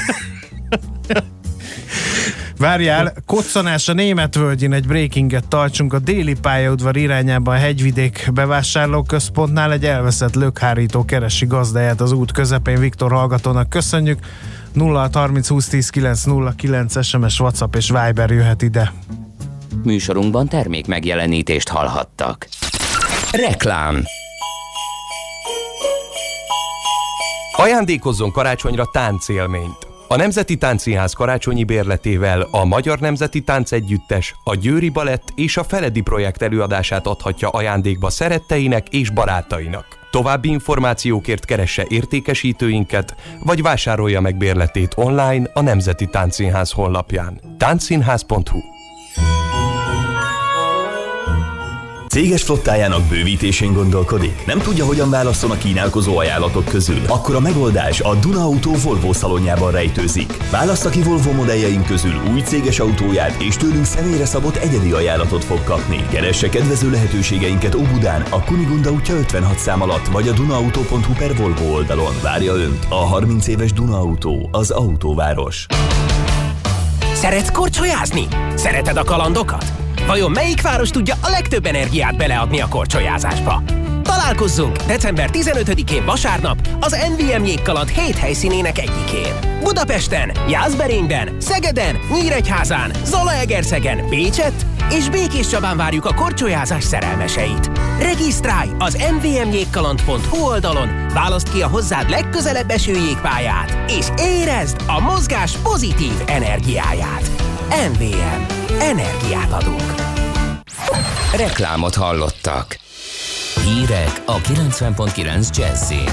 Várjál, koccanás a Németvölgyén, egy breakinget tartsunk. A déli pályaudvar irányában a Hegyvidék bevásárlóközpontnál egy elveszett lökhárító keresi gazdáját az út közepén. Viktor hallgatónak köszönjük. nulla harminc húsz tíz kilenc nulla kilenc es em es, WhatsApp és Viber jöhet ide. Műsorunkban termék megjelenítést hallhattak. Reklám. Ajándékozzon karácsonyra táncélményt. A Nemzeti Táncszínház karácsonyi bérletével a Magyar Nemzeti Táncegyüttes, a Győri Balett és a Feledi projekt előadását adhatja ajándékba szeretteinek és barátainak. További információkért keresse értékesítőinket, vagy vásárolja meg bérletét online a Nemzeti Táncszínház honlapján. táncszínház pont hu. Céges flottájának bővítésén gondolkodik? Nem tudja, hogyan válasszon a kínálkozó ajánlatok közül? Akkor a megoldás a Duna Autó Volvo szalonjában rejtőzik. Válassza ki Volvo modelljeink közül új céges autóját, és tőlünk személyre szabott egyedi ajánlatot fog kapni. Keresse kedvező lehetőségeinket Óbudán, a Kunigunda útja ötvenhat szám alatt, vagy a dunaauto pont hu per Volvo oldalon. Várja Önt a harminc éves Duna Autó, az autóváros. Szeretsz korcsolyázni? Szereted a kalandokat? Vajon melyik város tudja a legtöbb energiát beleadni a korcsolyázásba? Találkozzunk december tizenötödikén vasárnap az en vé em Jégkaland hét helyszínének egyikén. Budapesten, Jászberényben, Szegeden, Nyíregyházán, Zalaegerszegen, Pécsett és Békéscsabán várjuk a korcsolyázás szerelmeseit. Regisztrálj az em vé em jégkaland pont hu oldalon, válaszd ki a hozzád legközelebb eső jégpályát, és érezd a mozgás pozitív energiáját. em vé em. Energiát adunk. Reklámot hallottak. Hírek a kilencven pont kilenc Jazzin.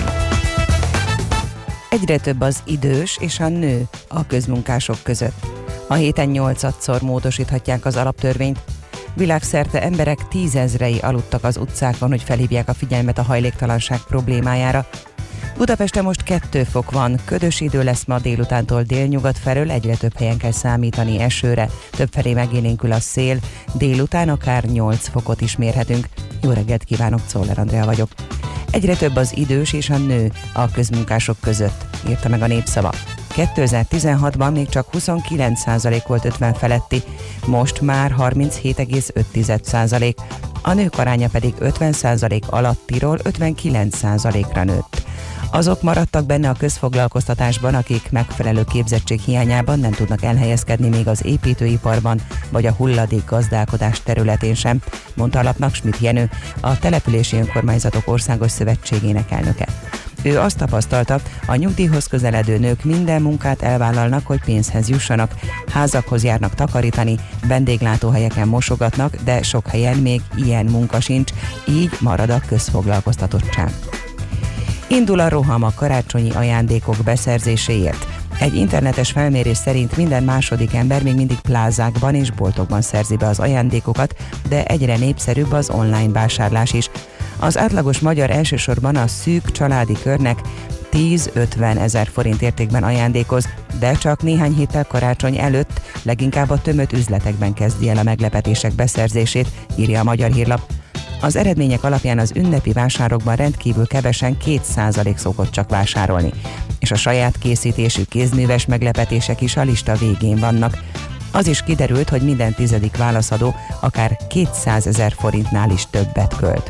Egyre több az idős és a nő a közmunkások között. A héten nyolcadszor módosíthatják az alaptörvényt. Világszerte emberek tízezrei aludtak az utcákon, hogy felhívják a figyelmet a hajléktalanság problémájára. Budapesten most kettő fok van, ködös idő lesz ma délutántól délnyugat felől, egyre több helyen kell számítani esőre, többfelé megélénkül a szél, délután akár nyolc fokot is mérhetünk. Jó reggelt kívánok, Czoller Andrea vagyok. Egyre több az idős és a nő a közmunkások között, írta meg a Népszava. kétezer-tizenhatban még csak huszonkilenc százalék volt ötven feletti, most már harminchét egész öt százalék, a nők aránya pedig ötven százalék alattiról ötvenkilenc százalékra nőtt. Azok maradtak benne a közfoglalkoztatásban, akik megfelelő képzettség hiányában nem tudnak elhelyezkedni még az építőiparban, vagy a hulladék gazdálkodás területén sem, mondta a lapnak Schmidt Jenő, a Települési Önkormányzatok Országos Szövetségének elnöke. Ő azt tapasztalta, a nyugdíjhoz közeledő nők minden munkát elvállalnak, hogy pénzhez jussanak, házakhoz járnak takarítani, vendéglátóhelyeken mosogatnak, de sok helyen még ilyen munka sincs, így marad a közfoglalkoztatottság. Indul a roham a karácsonyi ajándékok beszerzéséért. Egy internetes felmérés szerint minden második ember még mindig plázákban és boltokban szerzi be az ajándékokat, de egyre népszerűbb az online vásárlás is. Az átlagos magyar elsősorban a szűk családi körnek tíz-ötven ezer forint értékben ajándékoz, de csak néhány héttel karácsony előtt leginkább a tömött üzletekben kezdi el a meglepetések beszerzését, írja a Magyar Hírlap. Az eredmények alapján az ünnepi vásárokban rendkívül kevesen két százalék szokott csak vásárolni, és a saját készítésű kézműves meglepetések is a lista végén vannak. Az is kiderült, hogy minden tizedik válaszadó akár kétszázezer forintnál is többet költ.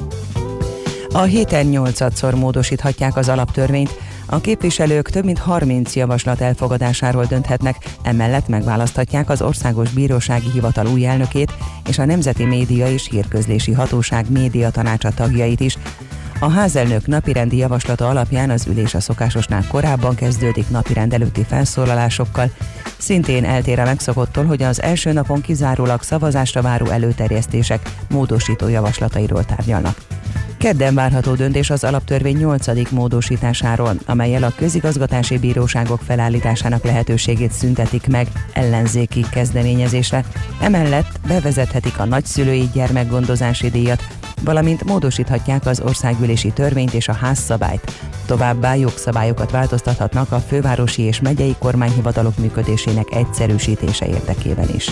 A héten nyolcadszor módosíthatják az alaptörvényt, a képviselők több mint harminc javaslat elfogadásáról dönthetnek, emellett megválaszthatják az Országos Bírósági Hivatal új elnökét és a Nemzeti Média és Hírközlési Hatóság médiatanácsa tagjait is. A házelnök napirendi javaslata alapján az ülés a szokásosnál korábban kezdődik napirend előtti felszólalásokkal. Szintén eltér a megszokottól, hogy az első napon kizárólag szavazásra váró előterjesztések módosító javaslatairól tárgyalnak. Kedden várható döntés az alaptörvény nyolcadik módosításáról, amellyel a közigazgatási bíróságok felállításának lehetőségét szüntetik meg ellenzéki kezdeményezésre. Emellett bevezethetik a nagyszülői gyermekgondozási díjat, valamint módosíthatják az országgyűlési törvényt és a házszabályt. Továbbá jogszabályokat változtathatnak a fővárosi és megyei kormányhivatalok működésének egyszerűsítése érdekében is.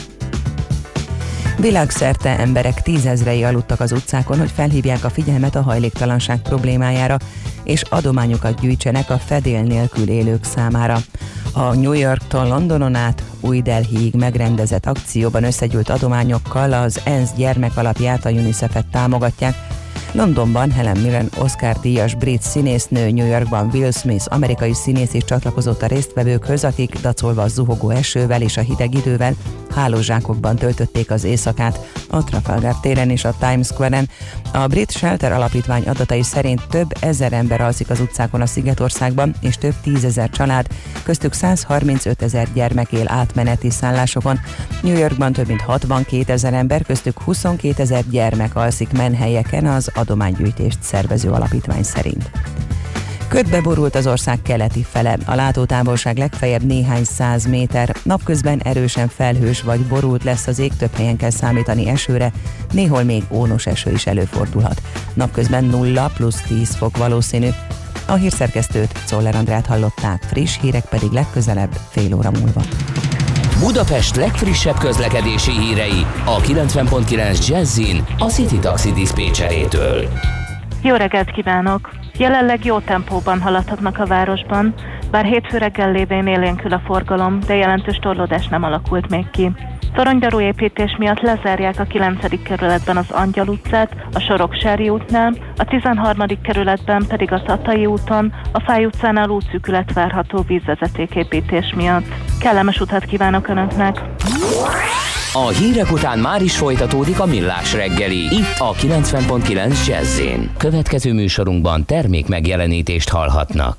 Világszerte emberek tízezrei aludtak az utcákon, hogy felhívják a figyelmet a hajléktalanság problémájára, és adományokat gyűjtsenek a fedél nélkül élők számára. A New Yorktól Londonon át Új Delhiig megrendezett akcióban összegyűlt adományokkal az ENSZ gyermekalapját, a UNICEF-et támogatják. Londonban Helen Mirren Oscar-díjas brit színésznő, New Yorkban Will Smith amerikai színész is csatlakozott a résztvevőkhöz, akik dacolva a zuhogó esővel és a hideg idővel hálózsákokban töltötték az éjszakát a Trafalgar téren és a Times Square-en. A Brit Shelter alapítvány adatai szerint több ezer ember alszik az utcákon a Szigetországban, és több tízezer család, köztük százharmincöt ezer gyermek él átmeneti szállásokon. New Yorkban több mint hatvankétezer ember, köztük huszonkétezer gyermek alszik menhelyeken az adománygyűjtést szervező alapítvány szerint. Ködbe borult az ország keleti fele, a látótávolság legfeljebb néhány száz méter, napközben erősen felhős vagy borult lesz az ég, több helyen kell számítani esőre, néhol még ónos eső is előfordulhat. Napközben nulla plusz tíz fok valószínű. A hírszerkesztőt, Czoller Andrát hallották, friss hírek pedig legközelebb fél óra múlva. Budapest legfrissebb közlekedési hírei a kilencven pont kilenc Jazzin a City Taxi diszpécserétől. Jó reggelt kívánok! Jelenleg jó tempóban haladhatnak a városban, bár hétfő reggel lévén élénkül a forgalom, de jelentős torlódás nem alakult még ki. Toronydarú építés miatt lezárják a kilencedik kerületben az Angyal utcát, a Soroksári útnál, a tizenharmadik kerületben pedig a Tatai úton, a Fáy utcánál útszűkület várható vízvezetéképítés miatt. Kellemes utat kívánok Önöknek! A hírek után már is folytatódik a Millás reggeli, itt a kilencven pont kilenc Jazz-én. Következő műsorunkban termék megjelenítést hallhatnak.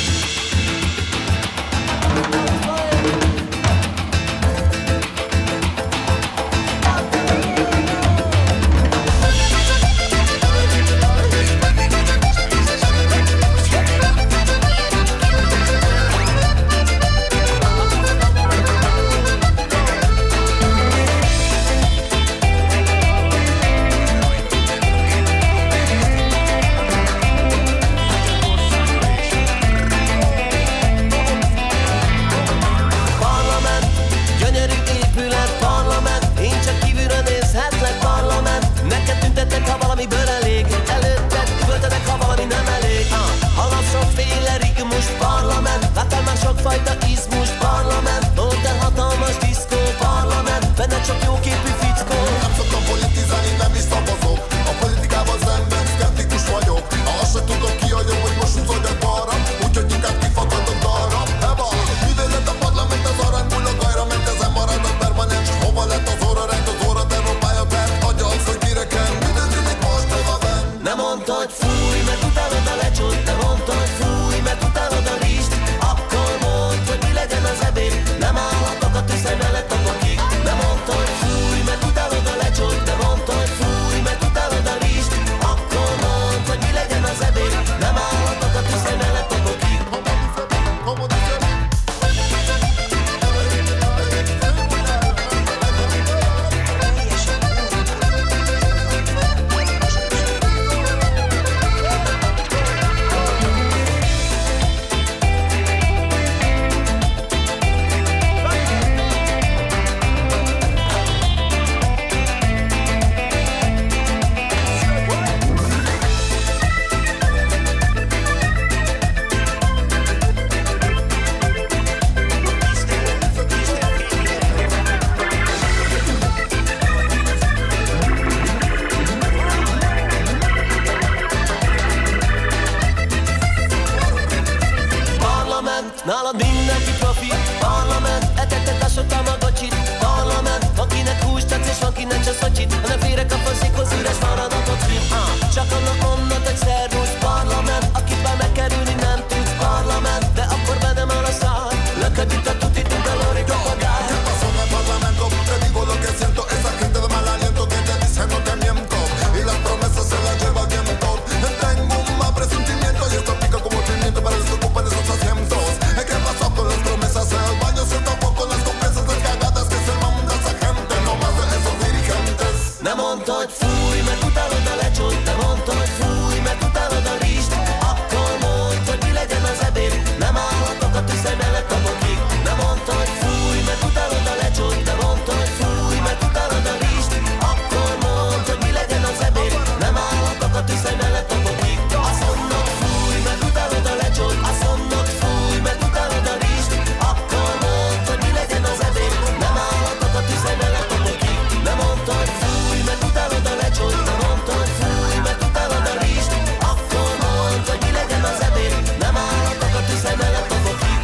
Nálad mindenki profi, parlament, etetted a sok tamagocsit, parlament, akinek húst tetsz és akinek csak szocsit, hanem félre kap a székhoz üres maradhatott fit. Ah, csak annak mondod, hogy szervusz, parlament, akit már megkerülni nem tudsz, parlament, de akkor bedem el a szár, lököd a tutit, mint a lori papagár. ¿Qué pasó en el parlamento? Te digo lo que siento, esa gente de mal aliento que te dice no te miento, y las promesas se las lleva el viento. Tengo un mal presentimiento y esto pica como el pimiento para los que ocupan esos asientos. ¿Qué pasó con las promesas? El baño se tapó con las compensas descagadas que se manda esa gente, no más de esos dirigentes. Nem mondta, hogy fúj, mert utálod a lecsót, nem mondta, hogy fúj, mert utálod a rizst. Akkor mondd, hogy mi legyen az ebéd, nem állhatok a tüzely mellett a bokig. Nem mondta, hogy fúj, mert utálod a lecsót, nem mondta, hogy fúj, mert utálod a rizst. Akkor mondd, hogy mi legyen az ebéd, nem állhatok a tüzely mellett a bokig. Azt mondod, fúj, mert utálod a lecsót, azt mondod, fúj, mert utálod a rizst. Akkor mondd, hogy mi legyen az ebéd, nem állhatok a tüzely mellett a bokig. Nem mondta, hogy fúj, mert utálod a lecsót, nem mondta, hogy fúj, mert utálod a rizst. Akkor mondd, hogy mi legyen az ebéd, nem állhatok a tüzely mellett a bokig.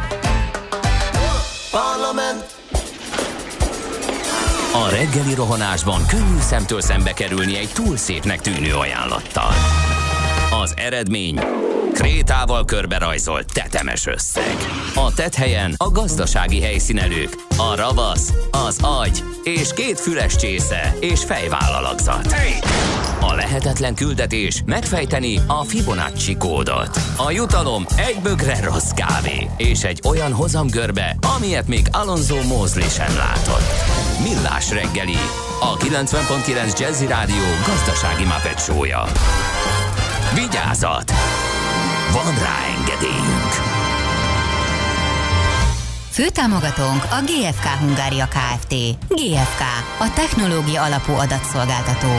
Parlament. A reggeli rohanásban könnyű szemtől szembe kerülni egy túl szépnek tűnő ajánlattal. Az eredmény krétával körberajzolt tetemes összeg. A tetthelyen a gazdasági helyszínelők, a ravasz, az agy és két füles csésze és fejvállalakzat. A lehetetlen küldetés megfejteni a Fibonacci kódot. A jutalom egy bögre rossz kávé és egy olyan hozamgörbe, amilyet még Alonso Mosley sem látott. Millás reggeli, a kilencven pont kilenc Jazzy Rádió gazdasági Muppet show-ja. Vigyázat! Van rá engedélyünk! Főtámogatónk a gé ef ká Hungária Kft. gé ef ká, a technológia alapú adatszolgáltató.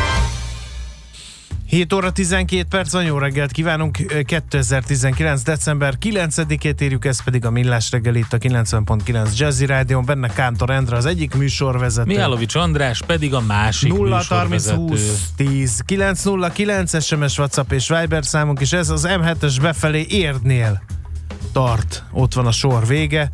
hét óra tizenkét perc, jó reggelt kívánunk, kétezer-tizenkilenc. december kilencedikét írjuk, ez pedig a Millás reggeli itt a kilencven pont kilenc Jazzy Rádión, benne Kántor Endre az egyik műsorvezető. Mihálovics András pedig a másik nulla harminc műsorvezető. húsz tíz kilenc nulla kilenc es em es, WhatsApp és Viber számunk, és ez az em hetes befelé Érdnél tart. Ott van a sor vége.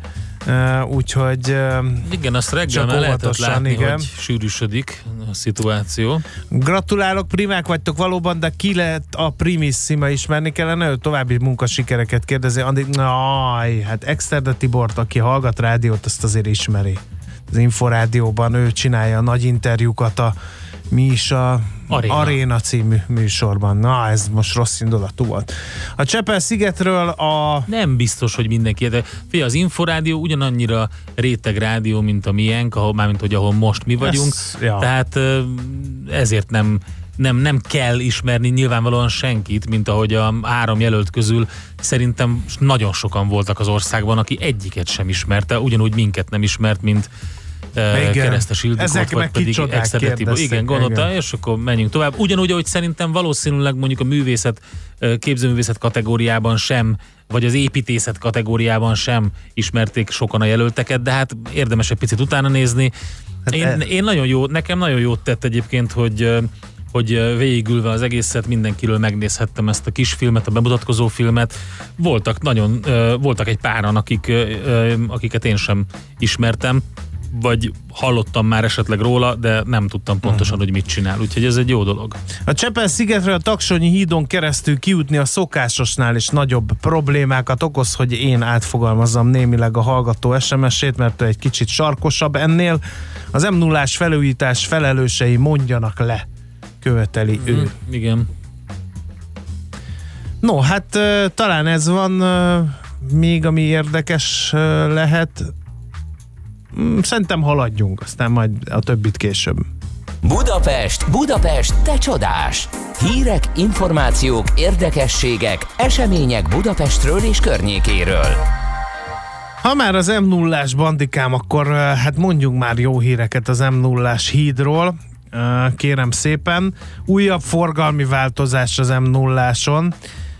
Uh, úgyhogy uh, igen, azt reggel már lehetett látni, igen, hogy sűrűsödik a szituáció. Gratulálok, primák vagytok valóban, de ki lett a primissima, ismerni kellene, ő további munkasikereket kérdezi. Andi, naj, hát Exterde Tibort, aki hallgat rádiót, azt azért ismeri. Az Inforádióban ő csinálja a nagy interjúkat a mi is a Aréna. Aréna című műsorban. Na, ez most rossz indulatú volt. A Csepel-szigetről a... Nem biztos, hogy mindenki. De figyelj, az Inforádió ugyanannyira réteg rádió, mint a miénk, ahol, mármint, hogy ahol most mi vagyunk. Ez, ja. Tehát ezért nem, nem, nem kell ismerni nyilvánvalóan senkit, mint ahogy a három jelölt közül szerintem nagyon sokan voltak az országban, aki egyiket sem ismerte, ugyanúgy minket nem ismert, mint igen. Keresztes Ildikót, vagy pedig Exterde Tibor. Igen, gondolta, és akkor menjünk tovább. Ugyanúgy, ahogy szerintem valószínűleg mondjuk a művészet, képzőművészet kategóriában sem, vagy az építészet kategóriában sem ismerték sokan a jelölteket, de hát érdemes egy picit utána nézni. Hát én, e... én nagyon jó, nekem nagyon jót tett egyébként, hogy hogy végigülve az egészet mindenkiről megnézhettem ezt a kis filmet, a bemutatkozó filmet. Voltak nagyon, voltak egy páran, akik, akiket én sem ismertem, vagy hallottam már esetleg róla, de nem tudtam pontosan, uh-huh. hogy mit csinál. Úgyhogy ez egy jó dolog. A Csepel-szigetről a Taksonyi hídon keresztül kijutni a szokásosnál is nagyobb problémákat okoz, hogy én átfogalmazzam némileg a hallgató es em es-ét, mert egy kicsit sarkosabb ennél. Az em nullás felújítás felelősei mondjanak le, követeli uh-huh. ő. Igen. No, hát uh, talán ez van uh, még, ami érdekes uh, lehet. Szerintem haladjunk, aztán majd a többit később. Budapest, Budapest, te csodás! Hírek, információk, érdekességek, események Budapestről és környékéről. Ha már az em nullás bandikám, akkor hát mondjunk már jó híreket az em nullás hídról. Kérem szépen. Újabb forgalmi változás az em nulláson.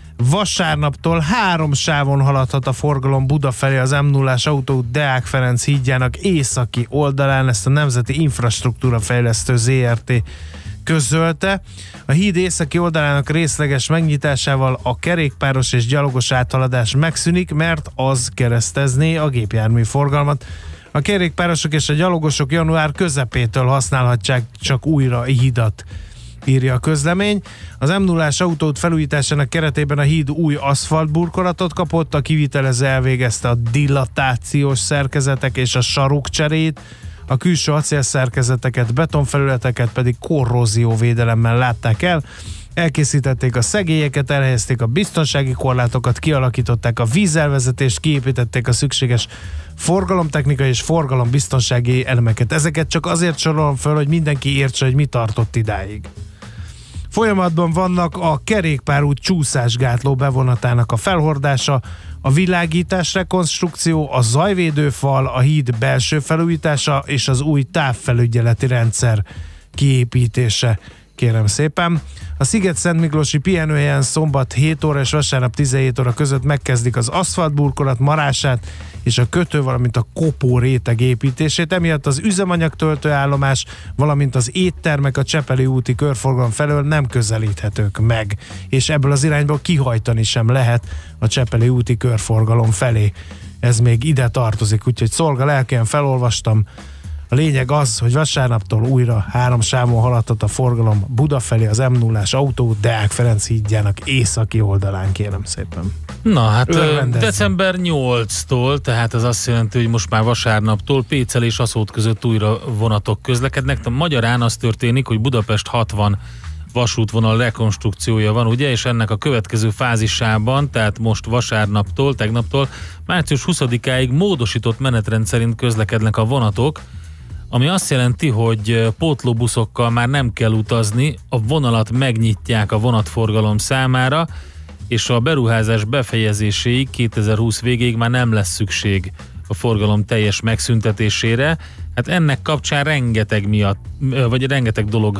Vasárnaptól három sávon haladhat a forgalom Buda felé az em nullás autóút Deák Ferenc hídjának északi oldalán, ezt a Nemzeti Infrastruktúra Fejlesztő zé er té közölte. A híd északi oldalának részleges megnyitásával a kerékpáros és gyalogos áthaladás megszűnik, mert az keresztezné a gépjármű forgalmat. A kerékpárosok és a gyalogosok január közepétől használhatják csak újra a hídat, írja a közlemény. Az em nullás autóút felújításának keretében a híd új aszfaltburkolatot kapott, a kivitelező elvégezte a dilatációs szerkezetek és a sarokcserét, a külső acélszerkezeteket, betonfelületeket pedig korrózióvédelemmel látták el, elkészítették a szegélyeket, elhelyezték a biztonsági korlátokat, kialakították a vízelvezetést, kiépítették a szükséges forgalomtechnikai és forgalombiztonsági elemeket. Ezeket csak azért sorolom föl, hogy mindenki értse, hogy mi tartott idáig. Folyamatban vannak a kerékpárút csúszásgátló bevonatának a felhordása, a világítás rekonstrukció, a zajvédőfal, a híd belső felújítása és az új távfelügyeleti rendszer kiépítése. Kérem szépen. A Sziget-Szentmiklósi pihenőhelyen szombat hét óra és vasárnap tizenhét óra között megkezdik az aszfaltburkolat marását és a kötő, valamint a kopó réteg építését. Emiatt az üzemanyag töltőállomás, valamint az éttermek a Csepeli úti körforgalom felől nem közelíthetők meg, és ebből az irányból kihajtani sem lehet a Csepeli úti körforgalom felé. Ez még ide tartozik, úgyhogy szolga lelkén felolvastam. A lényeg az, hogy vasárnaptól újra három sávon haladhat a forgalom Buda felé az em nullás autóút Deák Ferenc hídjának északi oldalán, kérem szépen. Na hát Örvendezzen. december nyolcadikától, tehát ez azt jelenti, hogy most már vasárnaptól Pécel és Aszód között újra vonatok közlekednek. A magyarán az történik, hogy Budapest hatvan vasútvonal rekonstrukciója van, ugye, és ennek a következő fázisában, tehát most vasárnaptól, tegnaptól, március huszadikáig módosított menetrend szerint közlekednek a vonatok, ami azt jelenti, hogy pótlóbuszokkal már nem kell utazni, a vonalat megnyitják a vonatforgalom számára, és a beruházás befejezéséig kétezer-húsz végéig már nem lesz szükség a forgalom teljes megszüntetésére. Hát ennek kapcsán rengeteg miatt, vagy rengeteg dolog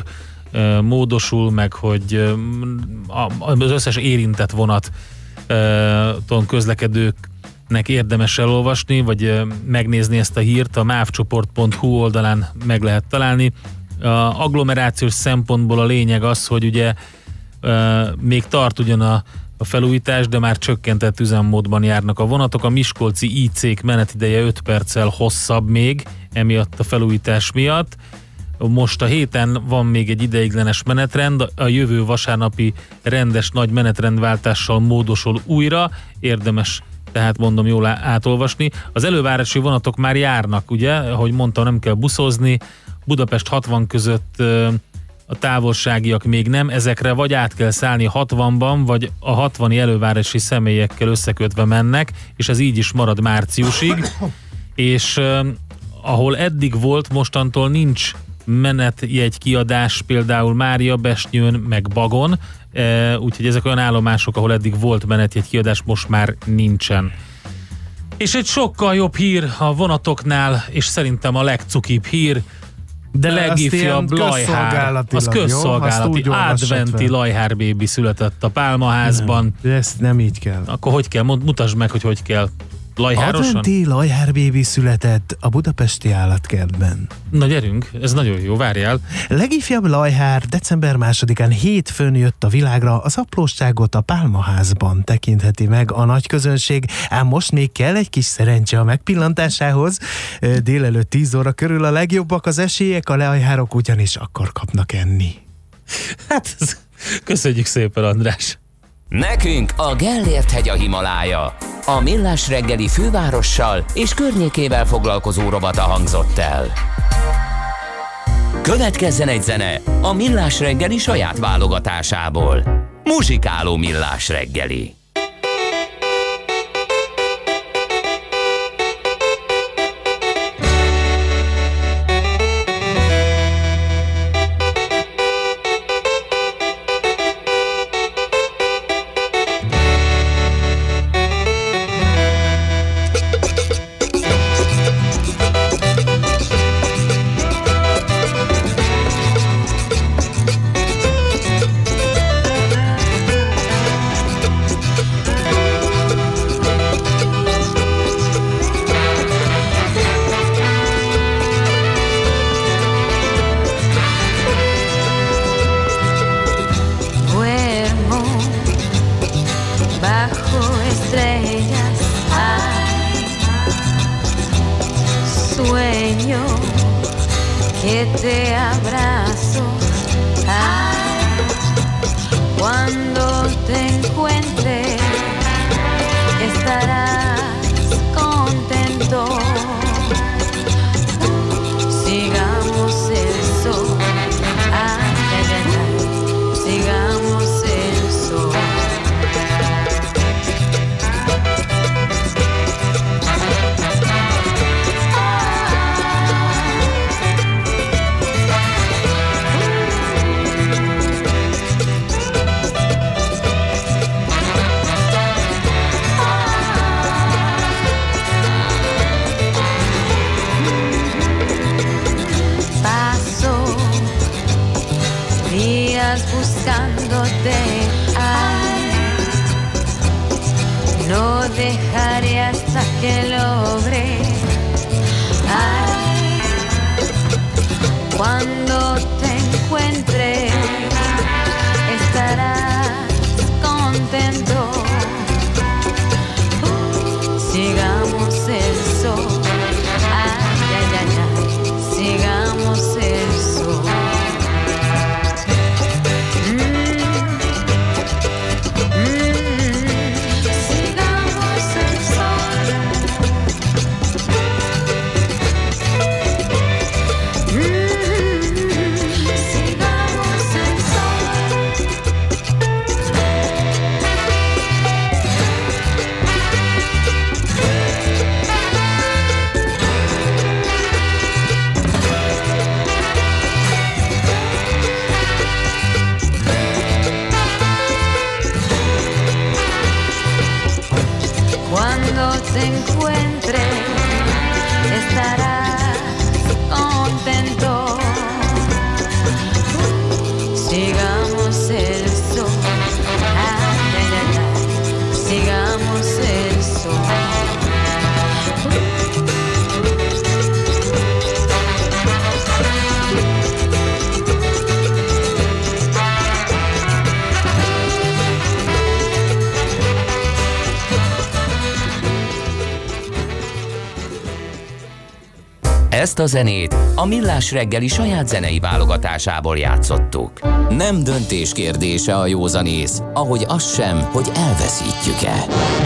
módosul meg, hogy az összes érintett vonaton közlekedőknek érdemes elolvasni, vagy megnézni ezt a hírt, a mávcsoport pont hu oldalán meg lehet találni. A agglomerációs szempontból a lényeg az, hogy ugye még tart ugyan a a felújítás, de már csökkentett üzemmódban járnak a vonatok. A miskolci í cék menetideje öt perccel hosszabb még, emiatt a felújítás miatt. Most a héten van még egy ideiglenes menetrend, a jövő vasárnapi rendes nagy menetrendváltással módosul újra, érdemes tehát mondom jól átolvasni. Az elővárosi vonatok már járnak, ugye, ahogy mondtam, nem kell buszozni, Budapest hatvan között a távolságiak még nem, ezekre vagy át kell szállni hatvanban, vagy a hatvani elővárosi személyekkel összekötve mennek, és ez így is marad márciusig, és eh, ahol eddig volt, mostantól nincs menetjegy kiadás, például Máriabesnyőn, meg Bagon, eh, úgyhogy ezek olyan állomások, ahol eddig volt menetjegy kiadás, most már nincsen. És egy sokkal jobb hír a vonatoknál, és szerintem a legcukibb hír, de legifjabb lajhár, az közszolgálati, jó, adventi lajhárbébi született a Pálmaházban. Nem, ezt nem így kell. Akkor hogy kell? Mutasd meg, hogy hogy kell. Lajhárosan? Adventi lajhárbébi született a budapesti állatkertben. Na gyerünk, ez nagyon jó, várjál. Legifjabb lajhár december másodikán hétfőn jött a világra, az apróságot a Pálmaházban tekintheti meg a nagy közönség, ám most még kell egy kis szerencse a megpillantásához. Délelőtt tíz óra körül a legjobbak az esélyek, a lajhárok ugyanis akkor kapnak enni. Hát, köszönjük szépen, András. Nekünk a Gellért hegy a Himalája. A Millás reggeli fővárossal és környékével foglalkozó rovata hangzott el. Következzen egy zene a Millás reggeli saját válogatásából. Muzsikáló Millás reggeli. Ezt a zenét a Millás reggeli saját zenei válogatásából játszottuk. Nem döntés kérdése a józanész, ahogy az sem, hogy elveszítjük-e.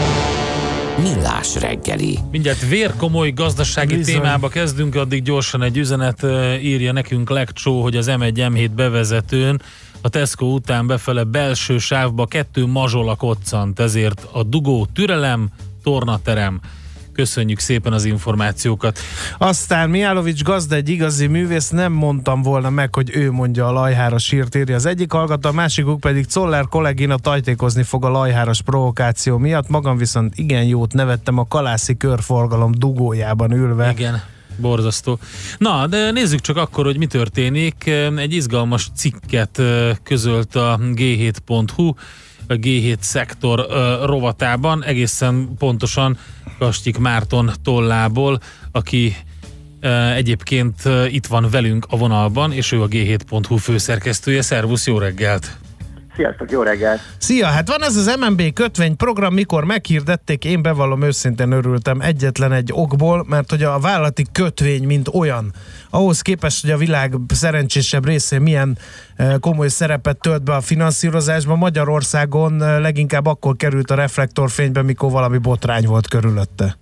Millás reggeli. Mindjárt vérkomoly gazdasági Bizony. témába kezdünk, addig gyorsan egy üzenet írja nekünk Legcsó, hogy az em egy em hét bevezetőn a Tesco után befele belső sávba kettő mazsola koccant, ezért a dugó türelem, tornaterem. Köszönjük szépen az információkat. Aztán Mihálovics Gazda egy igazi művész, nem mondtam volna meg, hogy ő mondja a lajháros hírt, írja az egyik hallgató, a másikuk pedig Czoller kollégina tajtékozni fog a lajháros provokáció miatt, magam viszont igen jót nevettem a kalászi körforgalom dugójában ülve. Igen, borzasztó. Na, de nézzük csak akkor, hogy mi történik. Egy izgalmas cikket közölt a gé hét pont hu, a gé hét szektor uh, rovatában, egészen pontosan Kastyik Márton tollából, aki uh, egyébként uh, itt van velünk a vonalban, és ő a gé hét pont hu főszerkesztője. Szervusz, jó reggelt! Sziasztok, jó reggelt! Szia, hát van ez az em en bé kötvényprogram, mikor meghirdették, én bevallom őszintén örültem egyetlen egy okból, mert hogy a vállalati kötvény, mint olyan, ahhoz képest, hogy a világ szerencsésebb részén milyen komoly szerepet tölt be a finanszírozásban, Magyarországon leginkább akkor került a reflektorfénybe, mikor valami botrány volt körülötte.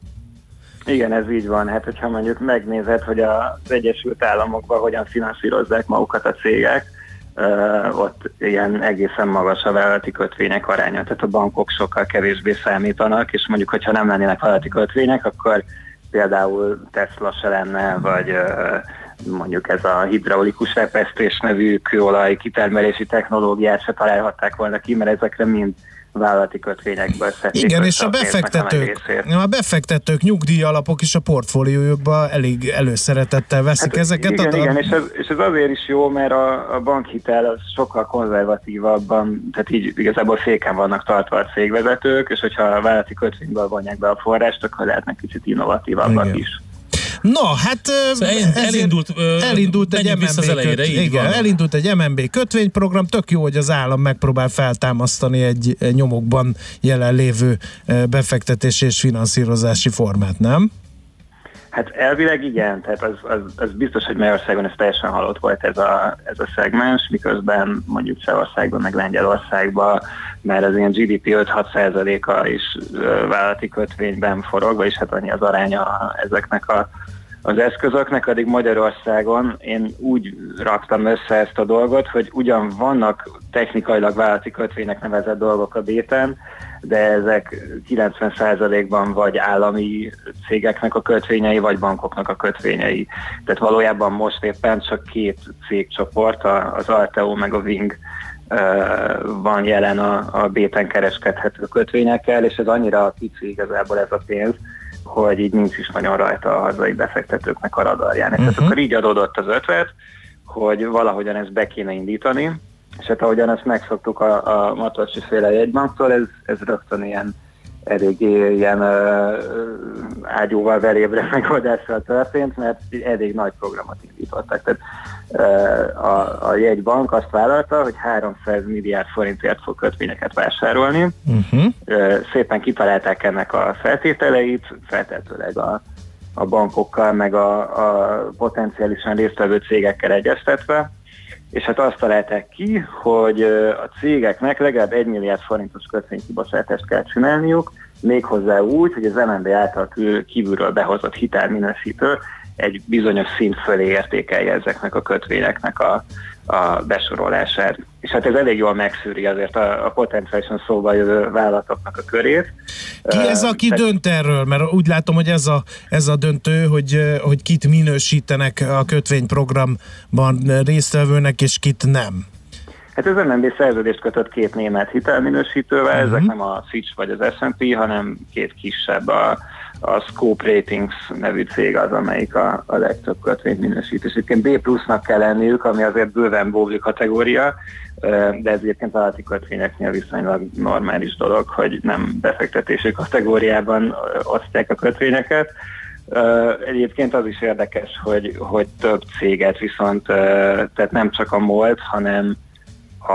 Igen, ez így van. Hát, hogyha mondjuk megnézed, hogy az Egyesült Államokban hogyan finanszírozzák magukat a cégek, Uh, ott ilyen egészen magas a vállalati kötvények aránya, tehát a bankok sokkal kevésbé számítanak, és mondjuk, hogyha nem lennének vállalati kötvények, akkor például Tesla se lenne, vagy uh, mondjuk ez a hidraulikus repesztés nevű kőolaj kitermelési technológiát se találhatták volna ki, mert ezekre mind vállalati kötvényekből szedték. Igen, és a befektetők, a befektetők, nyugdíjalapok is a portfóliójukba elég előszeretettel veszik hát, ezeket. Igen, a... igen, és ez, és ez azért is jó, mert a, a bankhitel az sokkal konzervatívabban, tehát így igazából féken vannak tartva a cégvezetők, és hogyha a vállalati kötvényből vonják be a forrást, akkor lehetnek kicsit innovatívabbak igen. is. No, hát szóval elindult, elindult egy em en bé elejére, kötvény, igen, elindult egy em en bé kötvényprogram, tök jó, hogy az állam megpróbál feltámasztani egy nyomokban jelenlévő befektetési és finanszírozási formát, nem? Hát elvileg igen, tehát az, az, az biztos, hogy Magyarországon ez teljesen halott volt ez a, ez a szegmens, miközben mondjuk Csehországban, meg Lengyelországban már az ilyen gé dé pé öt-hat százaléka is vállalati kötvényben forog, vagyis hát annyi az aránya ezeknek a, az eszközöknek, addig Magyarországon én úgy raktam össze ezt a dolgot, hogy ugyan vannak technikailag vállalati kötvénynek nevezett dolgok a béten, de ezek kilencven százalékban vagy állami cégeknek a kötvényei, vagy bankoknak a kötvényei. Tehát valójában most éppen csak két cégcsoport, az Alteo meg a Ving van jelen a, a béten kereskedhető kötvényekkel, és ez annyira kicsi igazából ez a pénz, hogy így nincs is nagyon rajta a hazai befektetőknek a radarján. Uh-huh. Tehát akkor így adódott az ötlet, hogy valahogyan ezt be kéne indítani, és hát ahogyan ezt megszoktuk a, a Matolcsi féle jegybanktól, ez, ez rögtön ilyen eléggé ilyen uh, ágyúval verébre megoldással történt, mert elég nagy programot indítottak. Tehát uh, a, a jegybank azt vállalta, hogy háromszáz milliárd forintért fog kötvényeket vásárolni. Uh-huh. Uh, szépen kitalálták ennek a feltételeit, feltétlenül a, a bankokkal, meg a, a potenciálisan résztvevő cégekkel egyeztetve, és hát azt találták ki, hogy a cégeknek legalább egy milliárd forintos kötvénykibocsátást kell csinálniuk, méghozzá úgy, hogy az em en bé által kívülről behozott hitelminősítő egy bizonyos szint fölé értékelje ezeknek a kötvényeknek a, a besorolását. És hát ez elég jól megszűri azért a, a potenciálisan szóba jövő vállalatoknak a körét. Ki ez, aki uh, dönt erről? Mert úgy látom, hogy ez a, ez a döntő, hogy, hogy kit minősítenek a kötvényprogramban résztvevőnek, és kit nem. Hát az em en bé szerződést kötött két német hitelminősítővel, uh-huh. ezek nem a Fitch vagy az es and pé, hanem két kisebb, a, a Scope Ratings nevű cég az, amelyik a, a legtöbb kötvényt minősít. És egyébként bé plusznak kell lenniük, ami azért bőven bóvli kategória, de ez egyébként vállalati kötvényeknél viszonylag normális dolog, hogy nem befektetési kategóriában osztják a kötvényeket. Egyébként az is érdekes, hogy, hogy több céget viszont, tehát nem csak a MOLT, hanem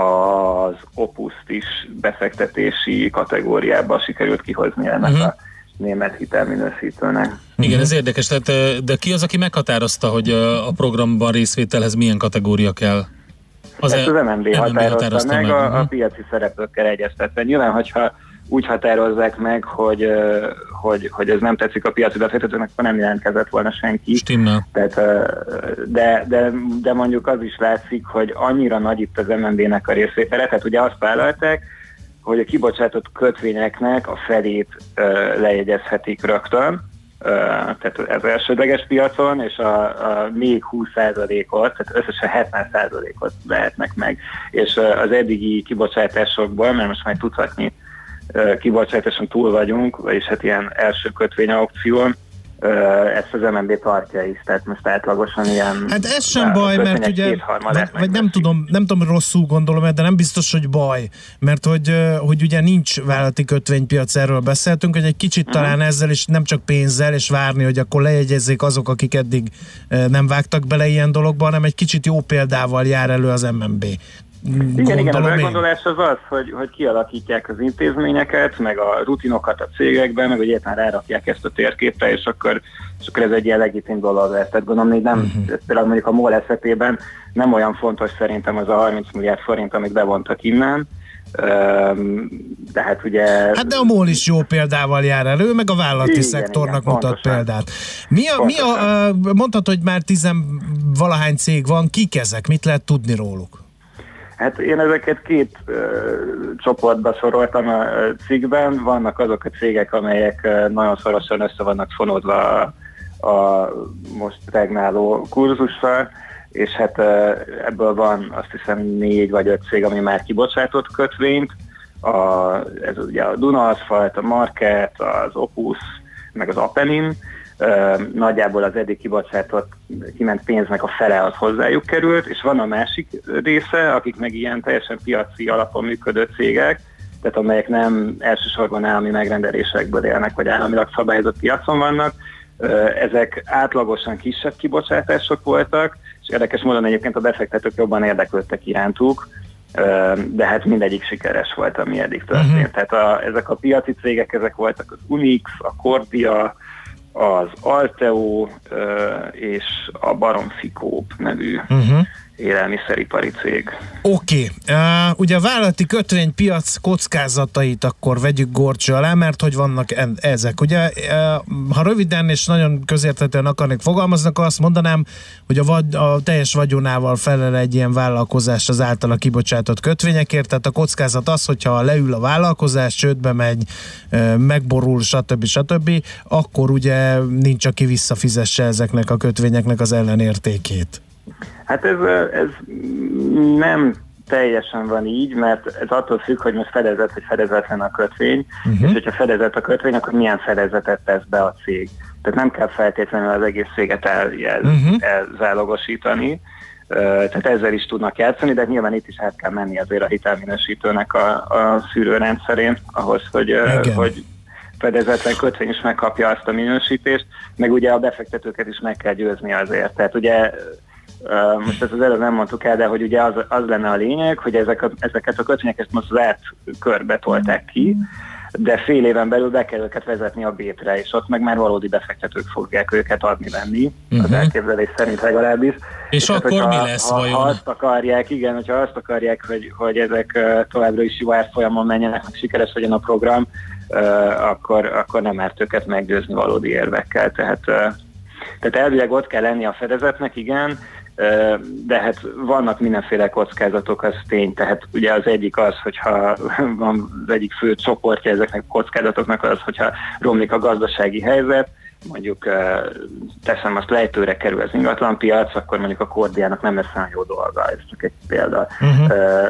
az Opuszt is befektetési kategóriába sikerült kihozni ennek uh-huh. a német hitelminősítőnek. Igen, ez érdekes, tehát, de ki az, aki meghatározta, hogy a programban részvételhez milyen kategória kell? Az Ezt az em en bé határozta meg, meg a, a piaci szereplőkkel egyeztetve. Nyilván, hogyha úgy határozzák meg, hogy, hogy, hogy ez nem tetszik a piaci befektetőnek, akkor nem jelentkezett volna senki. Stimmel. Tehát, de, de, de mondjuk az is látszik, hogy annyira nagy itt az em en bé-nek a részvétele, tehát ugye azt vállalták, hogy a kibocsátott kötvényeknek a felét lejegyezhetik rögtön, tehát az elsődleges piacon, és a, a még húsz százalékot, tehát összesen hetven százalékot vehetnek meg. És az eddigi kibocsátásokból, mert most már tudhatni, kibocsátáson túl vagyunk, vagyis hát ilyen első kötvényaukción, ezt az em en bé tartja is, tehát most átlagosan ilyen... Hát ez sem baj, mert ugye, vagy, vagy nem tudom, nem tudom, rosszul gondolom, de nem biztos, hogy baj, mert hogy, hogy ugye nincs vállalati kötvénypiac, erről beszéltünk, hogy egy kicsit uh-huh. talán ezzel is nem csak pénzzel, és várni, hogy akkor lejegyezzék azok, akik eddig nem vágtak bele ilyen dologba, hanem egy kicsit jó példával jár elő az em en bé. Igen, igen, az elgondolás az az, hogy, hogy kialakítják az intézményeket, meg a rutinokat a cégekben, meg hogy éppen rárakják ezt a térképre, és akkor, és akkor ez egy ilyen legitim dolog lesz. Tehát gondolom, hogy nem, uh-huh. például mondjuk a MOL esetében nem olyan fontos szerintem az a harminc milliárd forint, amit bevontak innen, de hát ugye... Hát de a MOL is jó példával jár elő, meg a vállalati igen, szektornak igen, mutat pontosan. Példát. Mi a, mi a, mondtad, hogy már tizenvalahány cég van, kik ezek? Mit lehet tudni róluk? Hát én ezeket két uh, csoportba soroltam a cikkben. Vannak azok a cégek, amelyek uh, nagyon szorosan össze vannak fonódva a, a most regnáló kurzussal, és hát uh, ebből van azt hiszem négy vagy öt cég, ami már kibocsátott kötvényt. A, ez ugye a Duna Aszfalt, a Market, az Opus, meg az Apenin. Uh, nagyjából az eddig kibocsátott, kiment pénznek a fele az hozzájuk került, és van a másik része, akik meg ilyen teljesen piaci alapon működő cégek, tehát amelyek nem elsősorban állami megrendelésekből élnek, vagy államilag szabályozott piacon vannak. Uh, ezek átlagosan kisebb kibocsátások voltak, és érdekes módon egyébként a befektetők jobban érdeklődtek irántuk, uh, de hát mindegyik sikeres volt, ami eddig történt. Uh-huh. Tehát a, ezek a piaci cégek, ezek voltak az Unix, a Cordia, az Alteo uh, és a Baromfi Coop nevű uh-huh. élelmiszeripari cég. Oké, okay. uh, ugye a vállalati kötvénypiac kockázatait akkor vegyük górcső alá, mert hogy vannak en- ezek. Ugye, uh, ha röviden és nagyon közérthetően akarnék fogalmazni, akkor azt mondanám, hogy a, vad- a teljes vagyonával felel egy ilyen vállalkozás az általa kibocsátott kötvényekért, tehát a kockázat az, hogyha leül a vállalkozás, csődbe megy, uh, megborul, stb. stb., akkor ugye nincs, aki visszafizesse ezeknek a kötvényeknek az ellenértékét. Hát ez, ez nem teljesen van így, mert ez attól függ, hogy most fedezet vagy fedezetlen a kötvény, uh-huh. és hogyha fedezett a kötvény, akkor milyen fedezetet tesz be a cég. Tehát nem kell feltétlenül az egész céget eljel, uh-huh. elzálogosítani, tehát ezzel is tudnak játszani, de nyilván itt is át kell menni azért a hitelminősítőnek a, a szűrőrendszerén, ahhoz, hogy, hogy fedezetlen kötvény is megkapja azt a minősítést, meg ugye a befektetőket is meg kell győzni azért. Tehát ugye Uh, most ezt az előbb nem mondtuk el, de hogy ugye az, az lenne a lényeg, hogy ezek a, ezeket a kötvényeket most az át körbe tolták ki, de fél éven belül be kell őket vezetni a bétre, és ott meg már valódi befektetők fogják őket adni-venni, uh-huh. az elképzelés szerint legalábbis. És, és akkor hát, mi lesz ha, vajon? Ha azt akarják, igen, hogyha azt akarják, hogy, hogy ezek uh, továbbra is jó árfolyamon menjenek, meg sikeres legyen a program, uh, akkor, akkor nem árt őket meggyőzni valódi érvekkel. Tehát, uh, tehát elvileg ott kell lenni a fedezetnek, igen, de hát vannak mindenféle kockázatok, az tény. Tehát ugye az egyik az, hogyha van az egyik fő csoportja ezeknek a kockázatoknak az, hogyha romlik a gazdasági helyzet, mondjuk teszem azt lejtőre kerül az ingatlanpiac, akkor mondjuk a Cordiának nem lesz olyan jó dolga, ez csak egy példa. Uh-huh.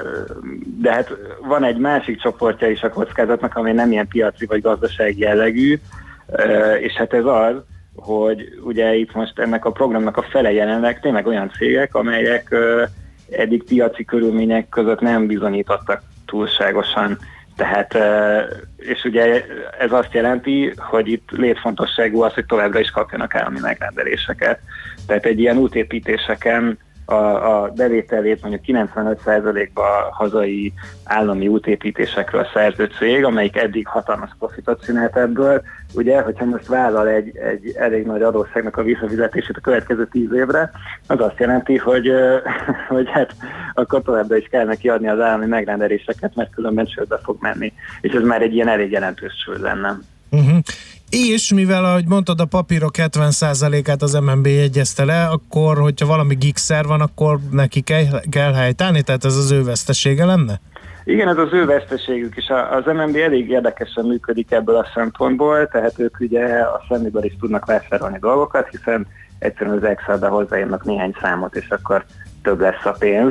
De hát van egy másik csoportja is a kockázatnak, ami nem ilyen piaci vagy gazdasági jellegű, és hát ez az, hogy ugye itt most ennek a programnak a fele jelenleg tényleg olyan cégek, amelyek uh, eddig piaci körülmények között nem bizonyítottak túlságosan. Tehát, uh, és ugye ez azt jelenti, hogy itt létfontosságú az, hogy továbbra is kapjanak állami megrendeléseket. Tehát egy ilyen útépítéseken a, a bevételét mondjuk kilencvenöt százalékba hazai állami útépítésekről szerző cég, amelyik eddig hatalmas profitot csinált ebből, ugye, hogyha most vállal egy, egy elég nagy adósságnak a visszafizetését a következő tíz évre, az azt jelenti, hogy, hogy hát akkor továbbra is kell neki adni az állami megrendeléseket, mert különben csődbe fog menni. És ez már egy ilyen elég jelentős csőd lenne. Uh-huh. És mivel, ahogy mondtad, a papírok hetven százalékát az em en bé jegyezte le, akkor, hogyha valami gigszer van, akkor neki kell, kell helytállni, tehát ez az ő vesztesége lenne? Igen, ez az ő veszteségük is. Az em en bé elég érdekesen működik ebből a szempontból, tehát ők ugye a semmiből is tudnak vásárolni dolgokat, hiszen egyszerűen az Excelbe hozzáírnak néhány számot, és akkor több lesz a pénz.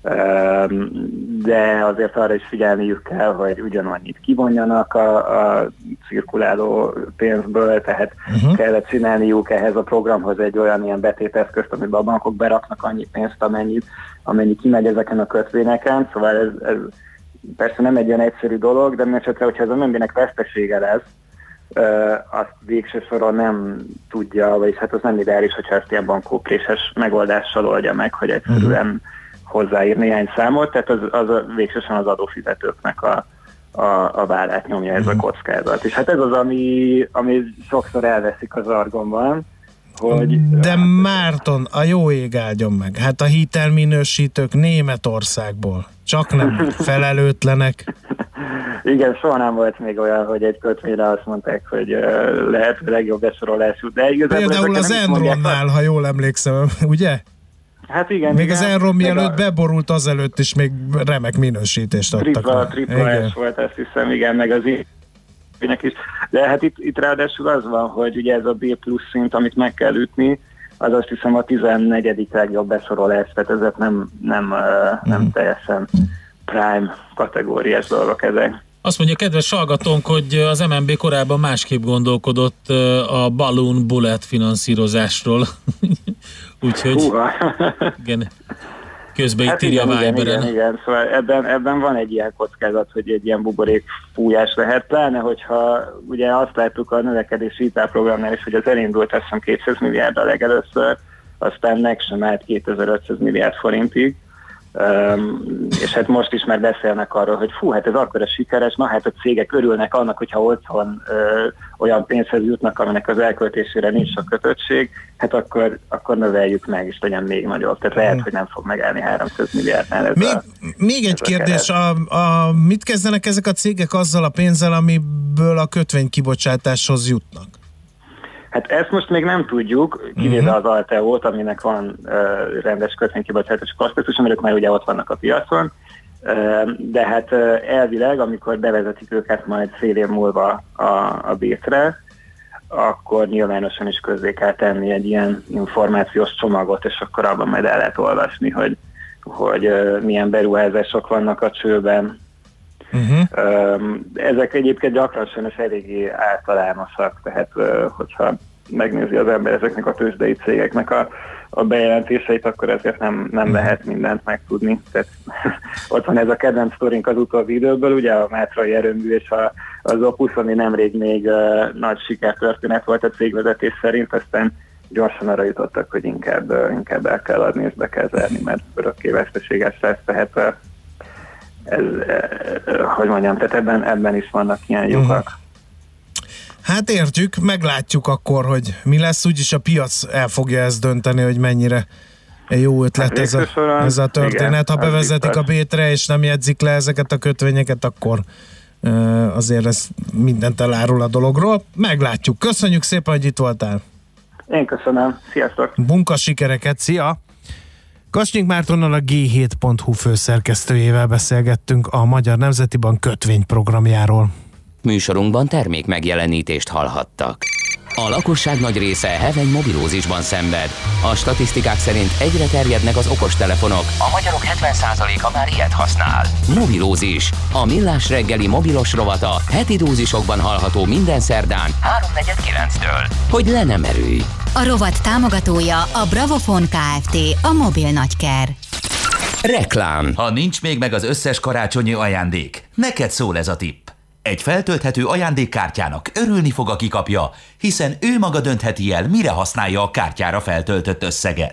De azért arra is figyelniük kell, hogy ugyanannyit kivonjanak a, a cirkuláló pénzből, tehát uh-huh. kellett csinálniuk ehhez a programhoz egy olyan ilyen betéteszközt, amiben a bankok beraknak annyi pénzt, amennyit, amennyi kimegy ezeken a kötvényeken, szóval ez, ez persze nem egy olyan egyszerű dolog, de mindenesetre, hogyha az em en bé-nek vesztesége lesz, azt végső soron nem tudja, vagyis hát az nem ideális, hogyha ezt ilyen bankópréses megoldással oldja meg, hogy egyszerűen uh-huh. hozzáír néhány számot, tehát az, az a, végsősorban az adófizetőknek a, a, a vállát nyomja ez a kockázat. És hát ez az, ami, ami sokszor elveszik az argonban, hogy... De Márton, a jó ég áldjon meg. Hát a hitelminősítők Németországból csak nem felelőtlenek. Igen, soha nem volt még olyan, hogy egy kötvényre azt mondták, hogy uh, lehető legjobb besorolású. De például az Enronnál, ha jól emlékszem, ugye? Hát igen. Még igen. az Enron mielőtt a... beborult, azelőtt is még remek minősítést adtak. Tripla, tripla S volt, azt hiszem, igen, meg az ének is. De hát itt, itt ráadásul az van, hogy ugye ez a B plusz szint, amit meg kell ütni, az azt hiszem a tizennegyedik legjobb besorolás, tehát ezek nem, nem, nem hmm. teljesen prime kategóriás dolgok ezek. Azt mondja kedves hallgatónk, hogy az em en bé korábban másképp gondolkodott a Balloon Bullet finanszírozásról. Úgyhogy igen, közben hát itt írja igen, Viberen. Igen, igen, szóval ebben, ebben van egy ilyen kockázat, hogy egy ilyen buborék fújás lehet, pláne hogyha ugye azt láttuk a növekedési hitelprogramnál is, hogy az elindult azt hiszem kétszáz milliárddal legelőször, aztán meg sem állt kétezer-ötszáz milliárd forintig. Um, és hát most is már beszélnek arról, hogy fú, hát ez akkora sikeres, na hát a cégek örülnek annak, hogyha otthon ö, olyan pénzhez jutnak, aminek az elköltésére nincs a kötöttség, hát akkor, akkor növeljük meg, és legyen még nagyobb. Tehát lehet, hogy nem fog megállni háromszáz milliárdnál. Ez még, a, még egy kérdés, a, a, mit kezdenek ezek a cégek azzal a pénzzel, amiből a kötvénykibocsátáshoz jutnak? Hát ezt most még nem tudjuk, kivéve az Alteót, aminek van uh, rendes kötvénykibocsátási prospektus, amelyek már ugye ott vannak a piacon, uh, de hát uh, elvileg, amikor bevezetik őket majd fél év múlva a, a bétre, akkor nyilvánosan is közzé kell tenni egy ilyen információs csomagot, és akkor abban majd el lehet olvasni, hogy, hogy uh, milyen beruházások vannak a csőben. Uh-huh. Um, ezek egyébként gyakran sajnos eléggé általánosak, tehát uh, hogyha megnézi az ember ezeknek a tőzsdei cégeknek a, a bejelentéseit, akkor ezért nem, nem lehet mindent megtudni. Tehát ott van ez a kedvenc sztorink az utóbbi időből, ugye a Mátrai erőmű és a, az Opus, ami nemrég még uh, nagy sikertörténet volt a cégvezetés szerint, aztán gyorsan arra jutottak, hogy inkább, uh, inkább el kell adni és be kell zárni, mert örökké veszteséges lesz, tehát uh, ez, uh, hogy mondjam, tehát ebben, ebben is vannak ilyen lyukak. Uh-huh. Hát értjük, meglátjuk akkor, hogy mi lesz, úgyis a piac el fogja ezt dönteni, hogy mennyire jó ötlet hát ez, a, soron, ez a történet. Igen, ha bevezetik a bétre és nem jegyzik le ezeket a kötvényeket, akkor uh, azért ez mindent elárul a dologról. Meglátjuk. Köszönjük szépen, hogy itt voltál. Én köszönöm. Sziasztok. Bunka sikereket. Szia! Kasnyik Mártonnal, a gé hét pont hu főszerkesztőjével beszélgettünk a Magyar Nemzeti Bank kötvényprogramjáról. Műsorunkban termék megjelenítést hallhattak. A lakosság nagy része heveny mobilózisban szenved. A statisztikák szerint egyre terjednek az okostelefonok. A magyarok hetven százaléka már ilyet használ. Mobilózis. A Millás reggeli mobilos rovata heti dózisokban hallható minden szerdán háromnegyed kilenctől. Hogy le nem erőj. A rovat támogatója a Bravofon Kft. A mobil nagyker. Reklám. Ha nincs még meg az összes karácsonyi ajándék, neked szól ez a tipp. Egy feltölthető ajándékkártyának örülni fog, aki kapja, hiszen ő maga döntheti el, mire használja a kártyára feltöltött összeget.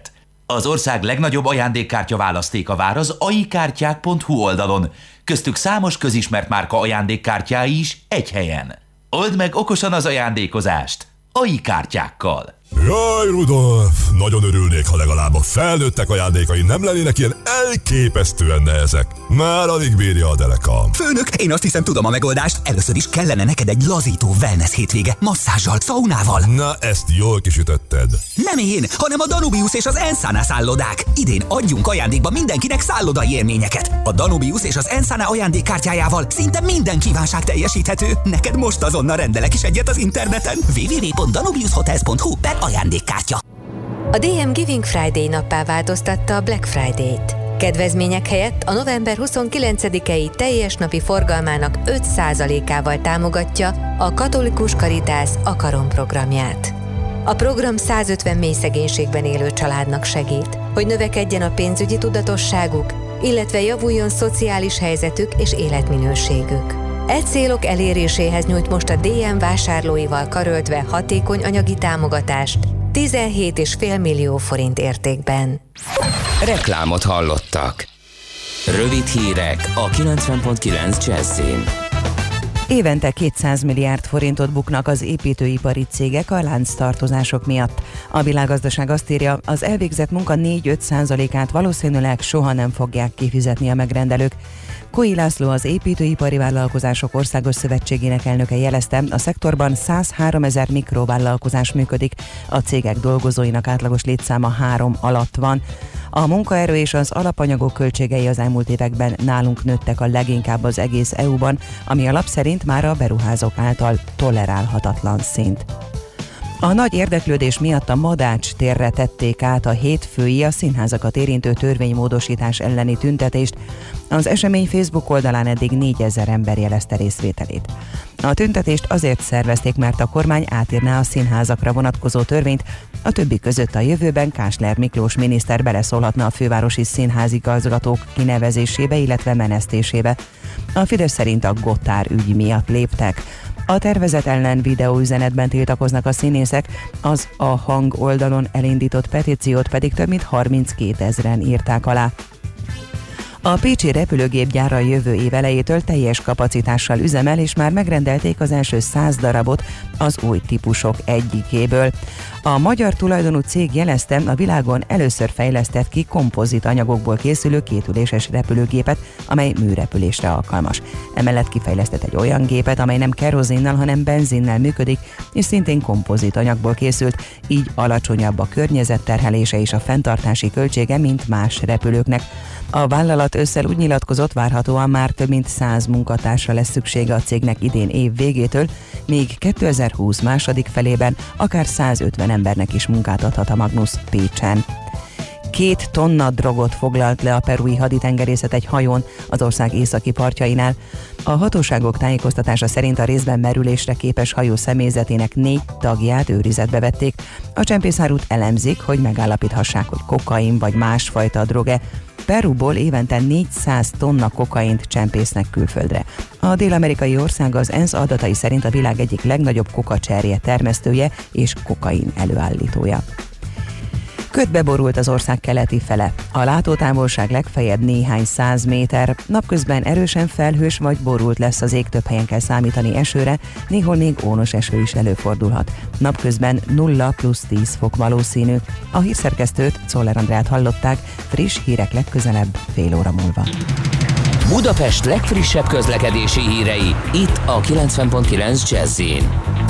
Az ország legnagyobb ajándékkártya választéka vár az aikártyák pont hu oldalon, köztük számos közismert márka ajándékkártyái is egy helyen. Old meg okosan az ajándékozást á i kártyákkal. Jaj, Rudolf! Nagyon örülnék, ha legalább a felnőttek ajándékai nem lennének ilyen elképesztően nehezek. Már alig bírja a derekam. Főnök, én azt hiszem tudom a megoldást. Először is kellene neked egy lazító wellness hétvége, masszázsal, szaunával. Na, ezt jól kisütötted. Nem én, hanem a Danubius és az Ensana szállodák. Idén adjunk ajándékba mindenkinek szállodai élményeket. A Danubius és az Ensana ajándékkártyájával szinte minden kívánság teljesíthető. Neked most azonnal rendelek is egyet az interneten. double-u double-u double-u pont danubius hotels pont hu per ajándékkártya. A dé em Giving Friday nappá változtatta a Black Friday-t. Kedvezmények helyett a november huszonkilencedikei teljes napi forgalmának öt százalékával támogatja a Katolikus Caritas Akarom programját. A program százötven mély szegénységben élő családnak segít, hogy növekedjen a pénzügyi tudatosságuk, illetve javuljon szociális helyzetük és életminőségük. E célok eléréséhez nyújt most a dé em vásárlóival karöltve hatékony anyagi támogatást tizenhét egész öt millió forint értékben. Reklámot hallottak. Rövid hírek a kilencven pont kilenc Jazzin. Évente kétszáz milliárd forintot buknak az építőipari cégek a lánctartozások miatt. A Világgazdaság azt írja, az elvégzett munka négy-öt százalékát valószínűleg soha nem fogják kifizetni a megrendelők. Kói László, az Építőipari Vállalkozások Országos Szövetségének elnöke jelezte, a szektorban százháromezer mikrovállalkozás működik, a cégek dolgozóinak átlagos létszáma három alatt van. A munkaerő és az alapanyagok költségei az elmúlt években nálunk nőttek a leginkább az egész é u-ban, ami a lap szerint már a beruházók által tolerálhatatlan szint. A nagy érdeklődés miatt a Madács térre tették át a hétfői a színházakat érintő törvénymódosítás elleni tüntetést. Az esemény Facebook oldalán eddig négyezer ember jelezte részvételét. A tüntetést azért szervezték, mert a kormány átírná a színházakra vonatkozó törvényt, a többi között a jövőben Kásler Miklós miniszter beleszólhatna a fővárosi színházigazgatók kinevezésébe, illetve menesztésébe. A Fidesz szerint a Gotthár ügy miatt léptek. A tervezet ellen videóüzenetben tiltakoznak a színészek, az a Hang oldalon elindított petíciót pedig több mint harminckétezren írták alá. A pécsi repülőgépgyár a jövő év elejétől teljes kapacitással üzemel, és már megrendelték az első száz darabot az új típusok egyikéből. A magyar tulajdonú cég jelezte, a világon először fejlesztett ki kompozit anyagokból készülő kétüléses repülőgépet, amely műrepülésre alkalmas. Emellett kifejlesztett egy olyan gépet, amely nem kerozinnal, hanem benzinnel működik, és szintén kompozit anyagból készült, így alacsonyabb a környezetterhelése és a fenntartási költsége, mint más repülőknek. A vállalat ősszel úgy nyilatkozott, várhatóan már több mint száz munkatársra lesz szüksége a cégnek idén év végétől, míg kétezer-húsz második felében akár százötven embernek is munkát adhat a Magnus Pécsen. Két tonna drogot foglalt le a perui haditengerészet egy hajón az ország északi partjainál. A hatóságok tájékoztatása szerint a részben merülésre képes hajó személyzetének négy tagját őrizetbe vették. A csempészárút elemzik, hogy megállapíthassák, hogy kokain vagy másfajta droge. Perúból évente négyszáz tonna kokaint csempésznek külföldre. A dél-amerikai ország az ENSZ adatai szerint a világ egyik legnagyobb kokacserje termesztője és kokain előállítója. Ködbe borult az ország keleti fele. A látótávolság legfeljebb néhány száz méter. Napközben erősen felhős vagy borult lesz az ég, több helyen kell számítani esőre, néhol még ónos eső is előfordulhat. Napközben nulla plusz tíz fok valószínű. A hírszerkesztőt, Czoller Andrát hallották, friss hírek legközelebb fél óra múlva. Budapest legfrissebb közlekedési hírei, itt a kilencven pont kilenc Jazz-in.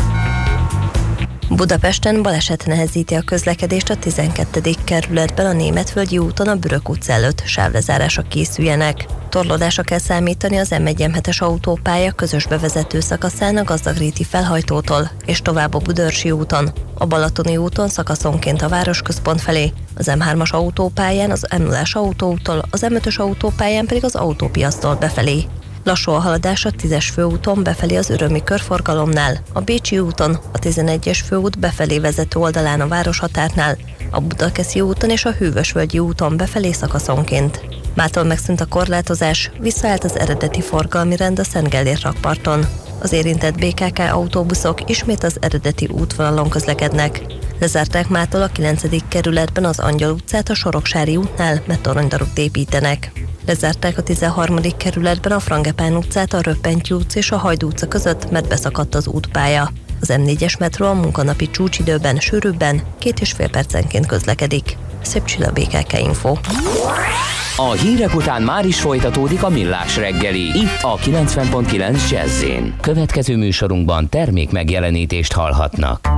Budapesten baleset nehezíti a közlekedést a tizenkettedik kerületben a Németföldi úton a Bürök utca előtt, sávlezárások készüljenek. Torlódásra kell számítani az M egy M hetes autópálya közös bevezető szakaszán a Gazdagréti felhajtótól, és tovább a Budörsi úton, a Balatoni úton szakaszonként a városközpont felé, az M hármas autópályán az M nullás autóúttól, az M ötös autópályán pedig az autópiasztól befelé. Lassú a haladás a tízes főúton befelé az Örömi körforgalomnál, a Bécsi úton, a tizenegyes főút befelé vezető oldalán a városhatárnál, a Budakeszi úton és a Hűvösvölgyi úton befelé szakaszonként. Mától megszűnt a korlátozás, visszaállt az eredeti forgalmi rend a Szent Gellért rakparton. Az érintett bé ká ká autóbuszok ismét az eredeti útvonalon közlekednek. Lezárták mától a kilencedik kerületben az Angyal utcát a Soroksári útnál, mert toronydarut építenek. Lezárták a tizenharmadik kerületben a Frangepán utcát a Röppentyű utca és a Hajdú utca között, mert beszakadt az útpálya. Az em négyes metró a munkanapi csúcsidőben sűrűbben két és fél percenként közlekedik. Szép Csilla, bé ká ká Info. A hírek után már is folytatódik a Millás reggeli, itt a kilencven pont kilenc Jazz-én. Következő műsorunkban termék megjelenítést hallhatnak.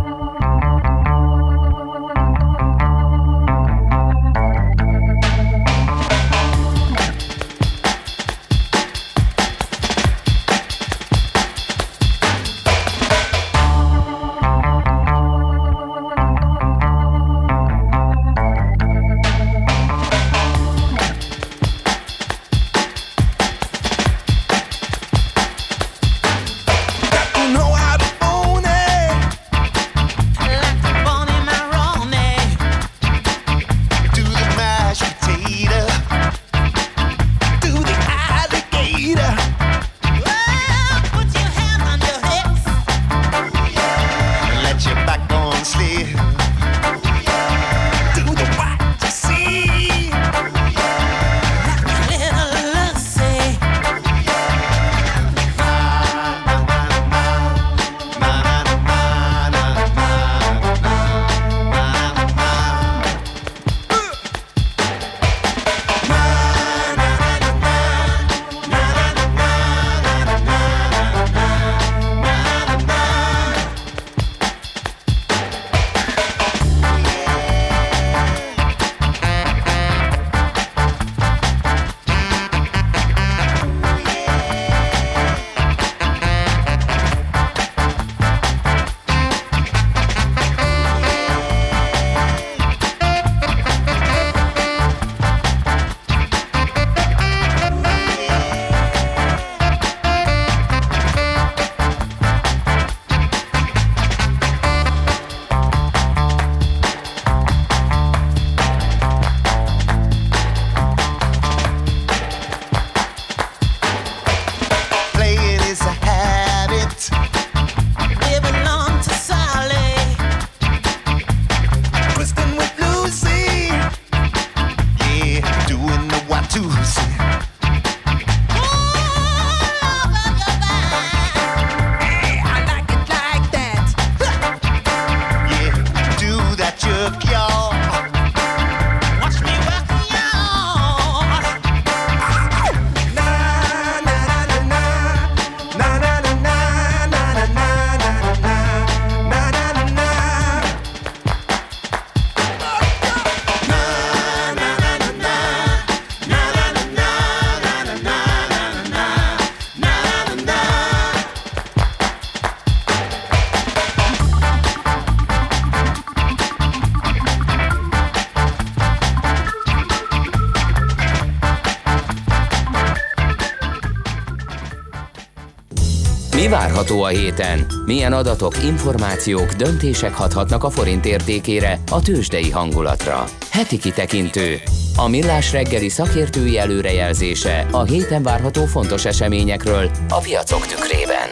Mi várható a héten? Milyen adatok, információk, döntések hathatnak a forint értékére, a tőzsdei hangulatra? Heti kitekintő. A Millás reggeli szakértői előrejelzése a héten várható fontos eseményekről a piacok tükrében.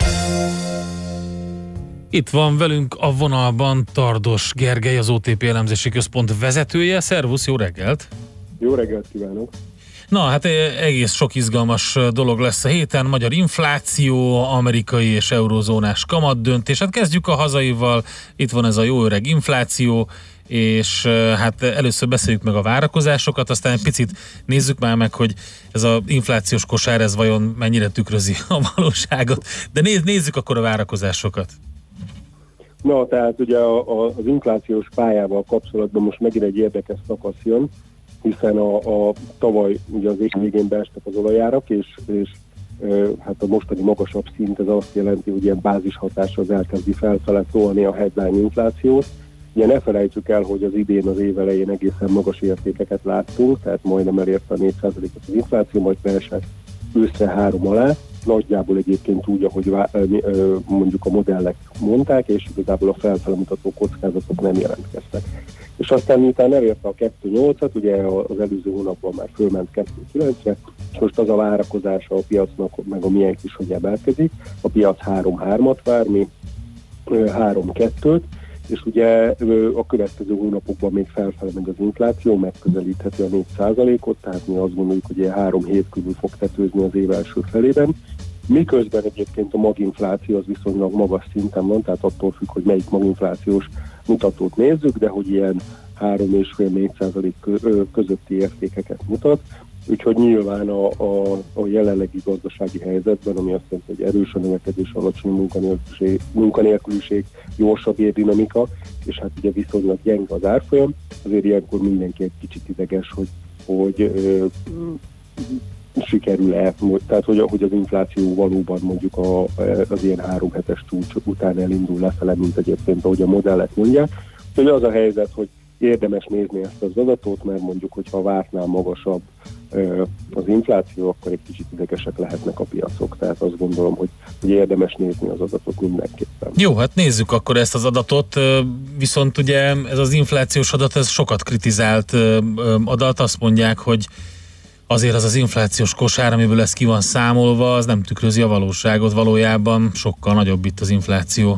Itt van velünk a vonalban Tardos Gergely, az o té pé elemzési központ vezetője. Szervusz, jó reggelt! Jó reggelt kívánok! Na, hát egész sok izgalmas dolog lesz a héten. Magyar infláció, amerikai és eurozónás kamatdöntés. Hát kezdjük a hazaival. Itt van ez a jó öreg infláció, és hát először beszéljük meg a várakozásokat, aztán egy picit nézzük már meg, hogy ez az inflációs kosár, ez vajon mennyire tükrözi a valóságot. De néz, nézzük akkor a várakozásokat. Na, tehát ugye a, a, az inflációs pályával kapcsolatban most megint egy érdekes szakasz jön, hiszen a, a tavaly ugye az év végén beestek az olajárak, és, és e, hát a mostani magasabb szint, ez azt jelenti, hogy ilyen bázishatásra az elkezdi felfele tolni a headline inflációt. Ugye ne felejtsük el, hogy az idén az év elején egészen magas értékeket láttunk, tehát majdnem elérte a négy százalékot az infláció, majd beesett őszre három alá, nagyjából egyébként úgy, ahogy mondjuk a modellek mondták, és igazából a felfele mutató kockázatok nem jelentkeztek. És aztán miután elérte a kettő egész nyolcat, ugye az előző hónapban már fölment kettő egész kilencre, és most az a várakozása a piacnak, meg a miénk is, hogy emelkedik. A piac három egész hármat vár, mi három egész kettőt, és ugye a következő hónapokban még felfele megy az infláció, megközelítheti a négy százalékot, tehát mi azt gondoljuk, hogy ilyen három hét körül fog tetőzni az év első felében. Miközben egyébként a maginfláció az viszonylag magas szinten van, tehát attól függ, hogy melyik maginflációs mutatót nézzük, de hogy ilyen három egész öt négy százalék közötti értékeket mutat. Úgyhogy nyilván a, a, a jelenlegi gazdasági helyzetben, ami azt jelenti, hogy erős a növekedés, alacsony munkanélküliség, munkanélküliség, gyorsabb érdinamika, és hát ugye viszonylag gyenge az árfolyam, azért ilyenkor mindenki egy kicsit ideges, hogy, hogy ö, sikerül-e, tehát hogy, hogy az infláció valóban mondjuk a, az ilyen három hetes csúcs után elindul lefele, mint egyébként ahogy a modellek mondják. Úgyhogy az a helyzet, hogy érdemes nézni ezt az adatot, mert mondjuk, hogyha vártnál magasabb az infláció, akkor egy kicsit idegesek lehetnek a piacok. Tehát azt gondolom, hogy, hogy érdemes nézni az adatot mindenképpen. Jó, hát nézzük akkor ezt az adatot, viszont ugye ez az inflációs adat, ez sokat kritizált adat, azt mondják, hogy azért az az inflációs kosár, amiből ez ki van számolva, az nem tükrözi a valóságot, valójában sokkal nagyobb itt az infláció.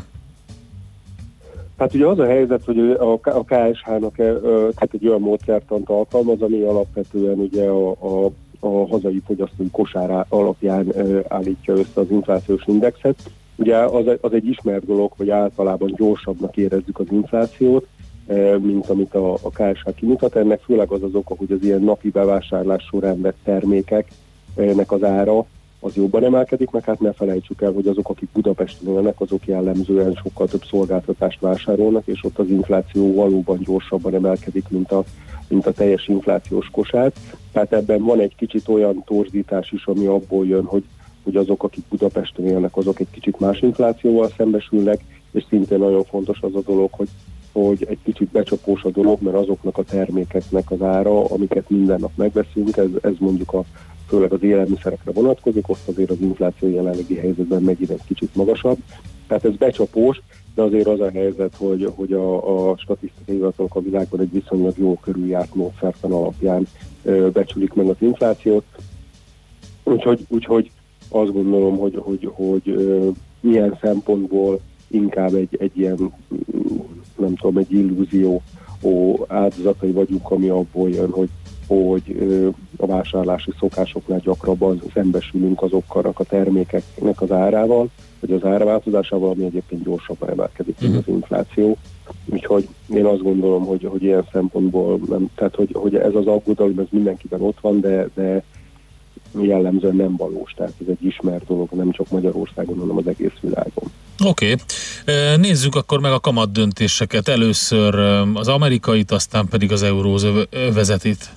Hát ugye az a helyzet, hogy a ká es há-nak tehát egy olyan módszertant alkalmaz, ami alapvetően ugye a, a, a hazai fogyasztói kosár alapján állítja össze az inflációs indexet. Ugye az, az egy ismert dolog, hogy általában gyorsabbnak érezzük az inflációt, mint amit a, a ká es há kimutat. Ennek főleg az az oka, hogy az ilyen napi bevásárlás során vett termékeknek az ára az jobban emelkedik, meg hát ne felejtsük el, hogy azok, akik Budapesten élnek, azok jellemzően sokkal több szolgáltatást vásárolnak, és ott az infláció valóban gyorsabban emelkedik, mint a, mint a teljes inflációs kosár. Tehát ebben van egy kicsit olyan torzítás is, ami abból jön, hogy, hogy azok, akik Budapesten élnek, azok egy kicsit más inflációval szembesülnek, és szintén nagyon fontos az a dolog, hogy hogy egy kicsit becsapós a dolog, mert azoknak a termékeknek az ára, amiket minden nap megveszünk, ez, ez mondjuk a főleg az élelmiszerekre vonatkozik, ott azért az infláció jelenlegi helyzetben megint egy kicsit magasabb. Tehát ez becsapós, de azért az a helyzet, hogy, hogy a, a statisztikai hivatalok a világban egy viszonylag jó körüljárt módszertan alapján ö, becsülik meg az inflációt. Úgyhogy, úgyhogy azt gondolom, hogy, hogy, hogy ö, milyen szempontból inkább egy, egy ilyen, nem tudom, egy illúzió ó, áldozatai vagyunk, ami abból jön, hogy hogy ö, a vásárlási szokásoknál gyakrabban szembesülünk azokkal a termékeknek az árával, vagy az árváltozásával, ami egyébként gyorsabban emelkedik, mint az infláció. Úgyhogy én azt gondolom, hogy, hogy ilyen szempontból, nem, tehát hogy, hogy ez az aggodalom, ez mindenkiben ott van, de, de jellemzően nem valós. Tehát ez egy ismert dolog, nem csak Magyarországon, hanem az egész világon. Oké, okay. Nézzük akkor meg a kamat döntéseket. Először az amerikait, aztán pedig az euróövezetit.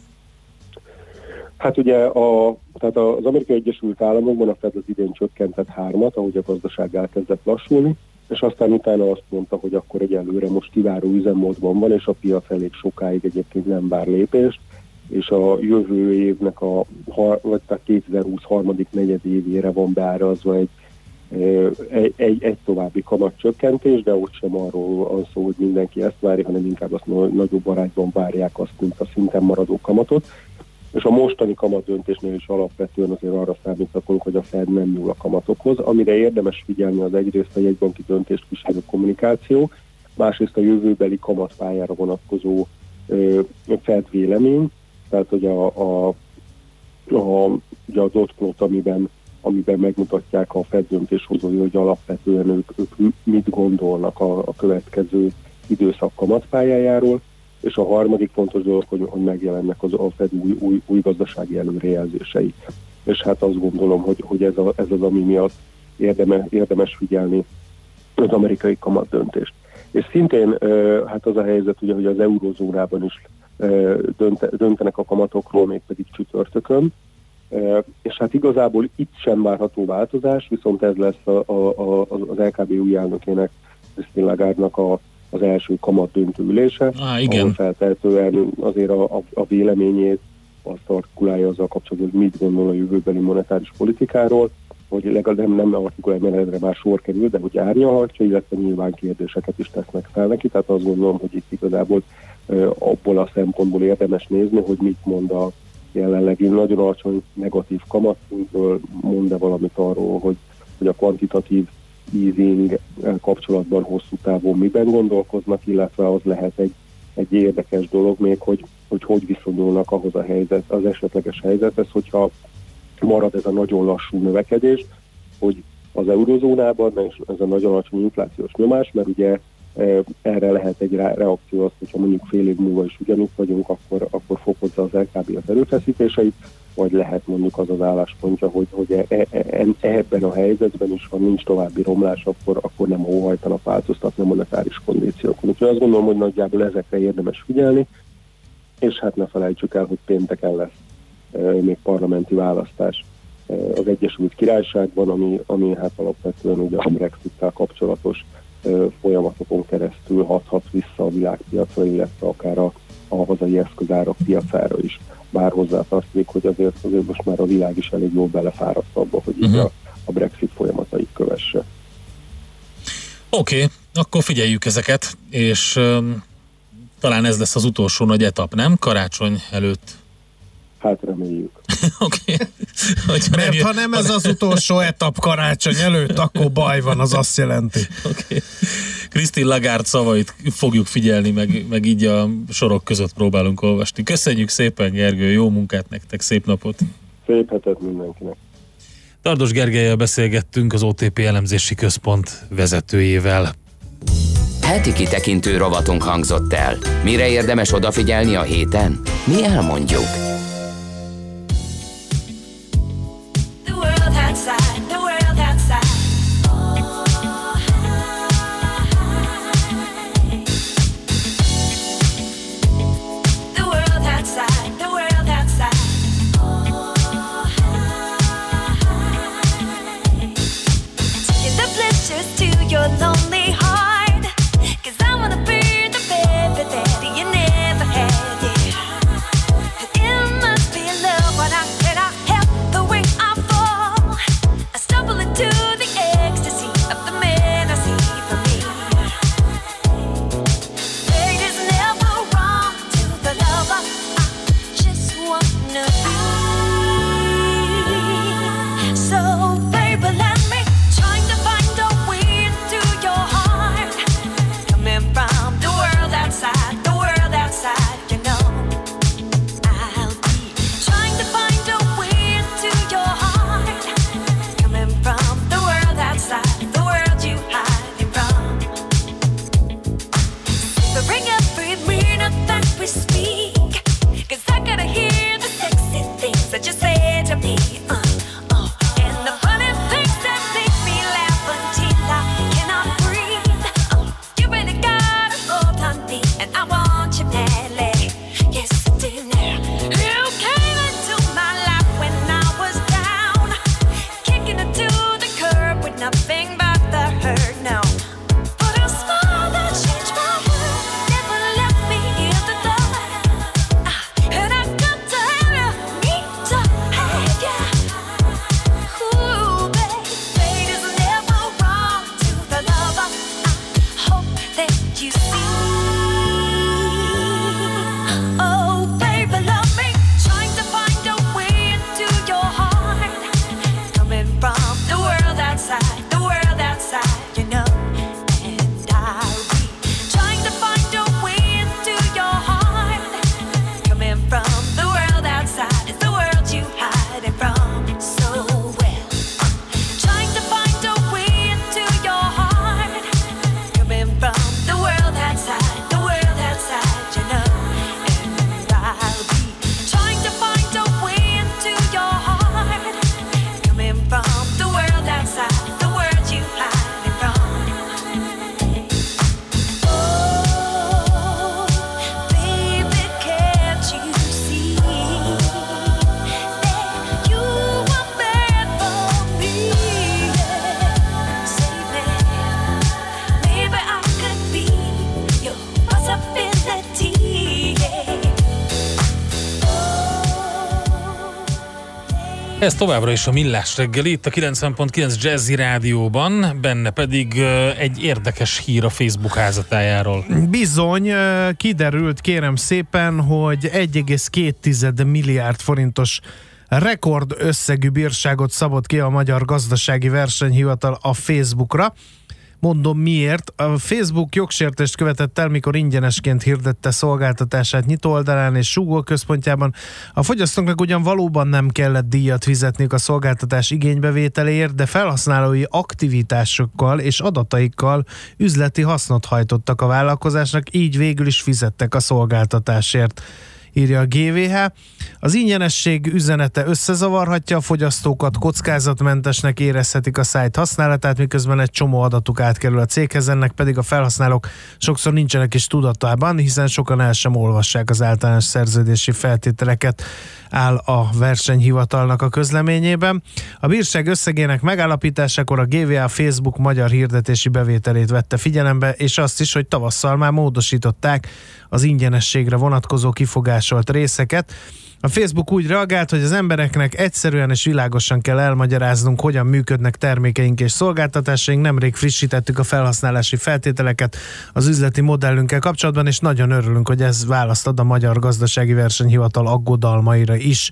Hát ugye a, tehát az Amerikai Egyesült Államokban a Fed az idén csökkentett hármat, ahogy a gazdaság elkezdett lassulni, és aztán utána azt mondta, hogy akkor egyelőre most kiváró üzemmódban van, és a piac elég sokáig egyébként nem vár lépést, és a jövő évnek a, vagy tehát kétezer-húsz harmadik negyedévére van beárazva egy, egy, egy, egy további kamatcsökkentés, de ott sem arról van szó, hogy mindenki ezt várja, hanem inkább azt nagyobb arányban várják azt, mint a szinten maradó kamatot. És a mostani kamatdöntésnél is alapvetően azért arra számíthatunk, hogy a Fed nem nyúl a kamatokhoz. Amire érdemes figyelni, az egyrészt a jegybanki döntést kísérő kommunikáció, másrészt a jövőbeli kamatpályára vonatkozó ö, Fed vélemény, tehát hogy a, a, a, ugye a dot plot, amiben, amiben megmutatják a Fed döntéshozói, hogy alapvetően ők, ők mit gondolnak a, a következő időszak kamatpályájáról, és a harmadik fontos dolog, hogy, hogy megjelennek az a Fed új, új, új gazdasági előrejelzései. És hát azt gondolom, hogy, hogy ez, a, ez az, ami miatt érdeme, érdemes figyelni az amerikai kamatdöntést. És szintén hát az a helyzet, ugye, hogy az eurózónában is dönt, döntenek a kamatokról, mégpedig csütörtökön, és hát igazából itt sem várható változás, viszont ez lesz a, a, a, az el ká bé új elnökének, Christine Lagarde-nak a az első kamat döntő ülése, ah, igen. ahol feltehetően azért a, a, a véleményét azt artikulálja azzal kapcsolatban, hogy mit gondol a jövőbeli monetáris politikáról, hogy legalább nem, nem artikulálja, mert ezre már sor kerül, de hogy árnyalhatja, illetve nyilván kérdéseket is tesznek fel neki, tehát azt gondolom, hogy itt igazából uh, abból a szempontból érdemes nézni, hogy mit mond a jelenlegi nagyon alacsony negatív kamatszintről, mond-e valamit arról, hogy, hogy a kvantitatív easing kapcsolatban hosszú távon miben gondolkoznak, illetve az lehet egy, egy érdekes dolog még, hogy, hogy hogy viszonyulnak ahhoz a helyzet, az esetleges helyzethez, hogyha marad ez a nagyon lassú növekedés, hogy az eurozónában, és ez a nagyon alacsony inflációs nyomás, mert ugye erre lehet egy reakció az, hogyha mondjuk fél év múlva is ugyanúgy vagyunk, akkor, akkor fokozza az el ká bé az erőfeszítéseit, vagy lehet mondjuk az az álláspontja, hogy, hogy e, e, e, ebben a helyzetben is, ha nincs további romlás, akkor, akkor nem óhajtanak változtatni a monetáris kondíciókon. Úgyhogy azt gondolom, hogy nagyjából ezekre érdemes figyelni, és hát ne felejtsük el, hogy pénteken lesz e, még parlamenti választás e, az Egyesült Királyságban, ami, ami hát alapvetően ugye a Brexit-tel kapcsolatos e, folyamatokon keresztül hathat vissza a világpiacra, illetve akár a, a hazai eszközárak piacára is. Bár hozzátartozik, hogy azért, azért most már a világ is elég jól belefáradt abba, hogy uh-huh. a, a Brexit folyamatait kövesse. Oké, okay, akkor figyeljük ezeket, és um, talán ez lesz az utolsó nagy etap, nem? Karácsony előtt. Hát reméljük. Oké. Okay. Mert nem ha nem ez az utolsó etap karácsony előtt, akkor baj van, az azt jelenti. Oké. Okay. Christine Lagarde szavait fogjuk figyelni, meg, meg így a sorok között próbálunk olvasni. Köszönjük szépen, Gergő, jó munkát nektek, szép napot! Szép hetet mindenkinek! Tardos Gergellyel beszélgettünk, az o té pé elemzési központ vezetőjével. Heti kitekintő rovatunk hangzott el. Mire érdemes odafigyelni a héten? Mi elmondjuk. The world outside, the world outside. The world outside, the world outside. Taking the pleasures to your lonely heart. 'Cause I wanna be the baby that you never had, yeah. It must be love when I cannot help the way I fall. I stumble into the ecstasy of the man I see for me. Fate is never wrong to the lover I just wanna be. So baby, let me trying to find a way into your heart. Coming from the world outside, the world outside, you know. I'll be trying to find a way into your heart. Coming from the world outside, the world you hiding from. Savoring every minute that we speak. 'Cause I gotta hear the sexy things that you say to me. Uh, uh. And the funny things that make me laugh until I cannot breathe. Uh, you really got a hold on me, and I want you badly. Yes, I do now. You came into my life when I was down, kicking it to the curb with nothing but the hurt. No, but a smile that changed my world never left me in the dark. Ah, and I got to have you, need to have you. Ooh, babe, fate is never wrong to the lover. I hope that you see. Oh, baby, love me, trying to find a way into your heart. Coming from the world outside, the world outside, you know. And I'll be trying to find a way into your heart. Coming from the world outside, it's the world you hiding from so well. Trying to find a way into your heart. Coming from the world outside, the world outside, you know. And I'll be trying to find a way into your heart. Coming from the world outside, the world you hiding from. Oh, baby, can't you see that you were meant for me? Say that maybe I could be your possibility. Ez továbbra is a Millás reggeli, itt a kilencven pont kilenc Jazzy Rádióban, benne pedig ö, egy érdekes hír a Facebook házatájáról. Bizony, ö, kiderült kérem szépen, hogy egy egész két milliárd forintos rekord összegű bírságot szabott ki a Magyar Gazdasági Versenyhivatal a Facebookra. Mondom miért. A Facebook jogsértést követett el, mikor ingyenesként hirdette szolgáltatását nyitóoldalán és súgóközpontjában. A fogyasztóknak ugyan valóban nem kellett díjat fizetniük a szolgáltatás igénybevételéért, de felhasználói aktivitásokkal és adataikkal üzleti hasznot hajtottak a vállalkozásnak, így végül is fizettek a szolgáltatásért, írja a gé vé há. Az ingyenesség üzenete összezavarhatja a fogyasztókat, kockázatmentesnek érezhetik a szájt használatát, miközben egy csomó adatuk átkerül a céghez, ennek pedig a felhasználók sokszor nincsenek is tudatában, hiszen sokan el sem olvassák az általános szerződési feltételeket, áll a versenyhivatalnak a közleményében. A bírság összegének megállapításakor a gé vé há Facebook magyar hirdetési bevételét vette figyelembe, és azt is, hogy tavasszal már módosították az ingyenességre vonatkozó kifogásolt részeket. A Facebook úgy reagált, hogy az embereknek egyszerűen és világosan kell elmagyaráznunk, hogyan működnek termékeink és szolgáltatásaink. Nemrég frissítettük a felhasználási feltételeket az üzleti modellünkkel kapcsolatban, és nagyon örülünk, hogy ez választ ad a Magyar Gazdasági Versenyhivatal aggodalmaira is.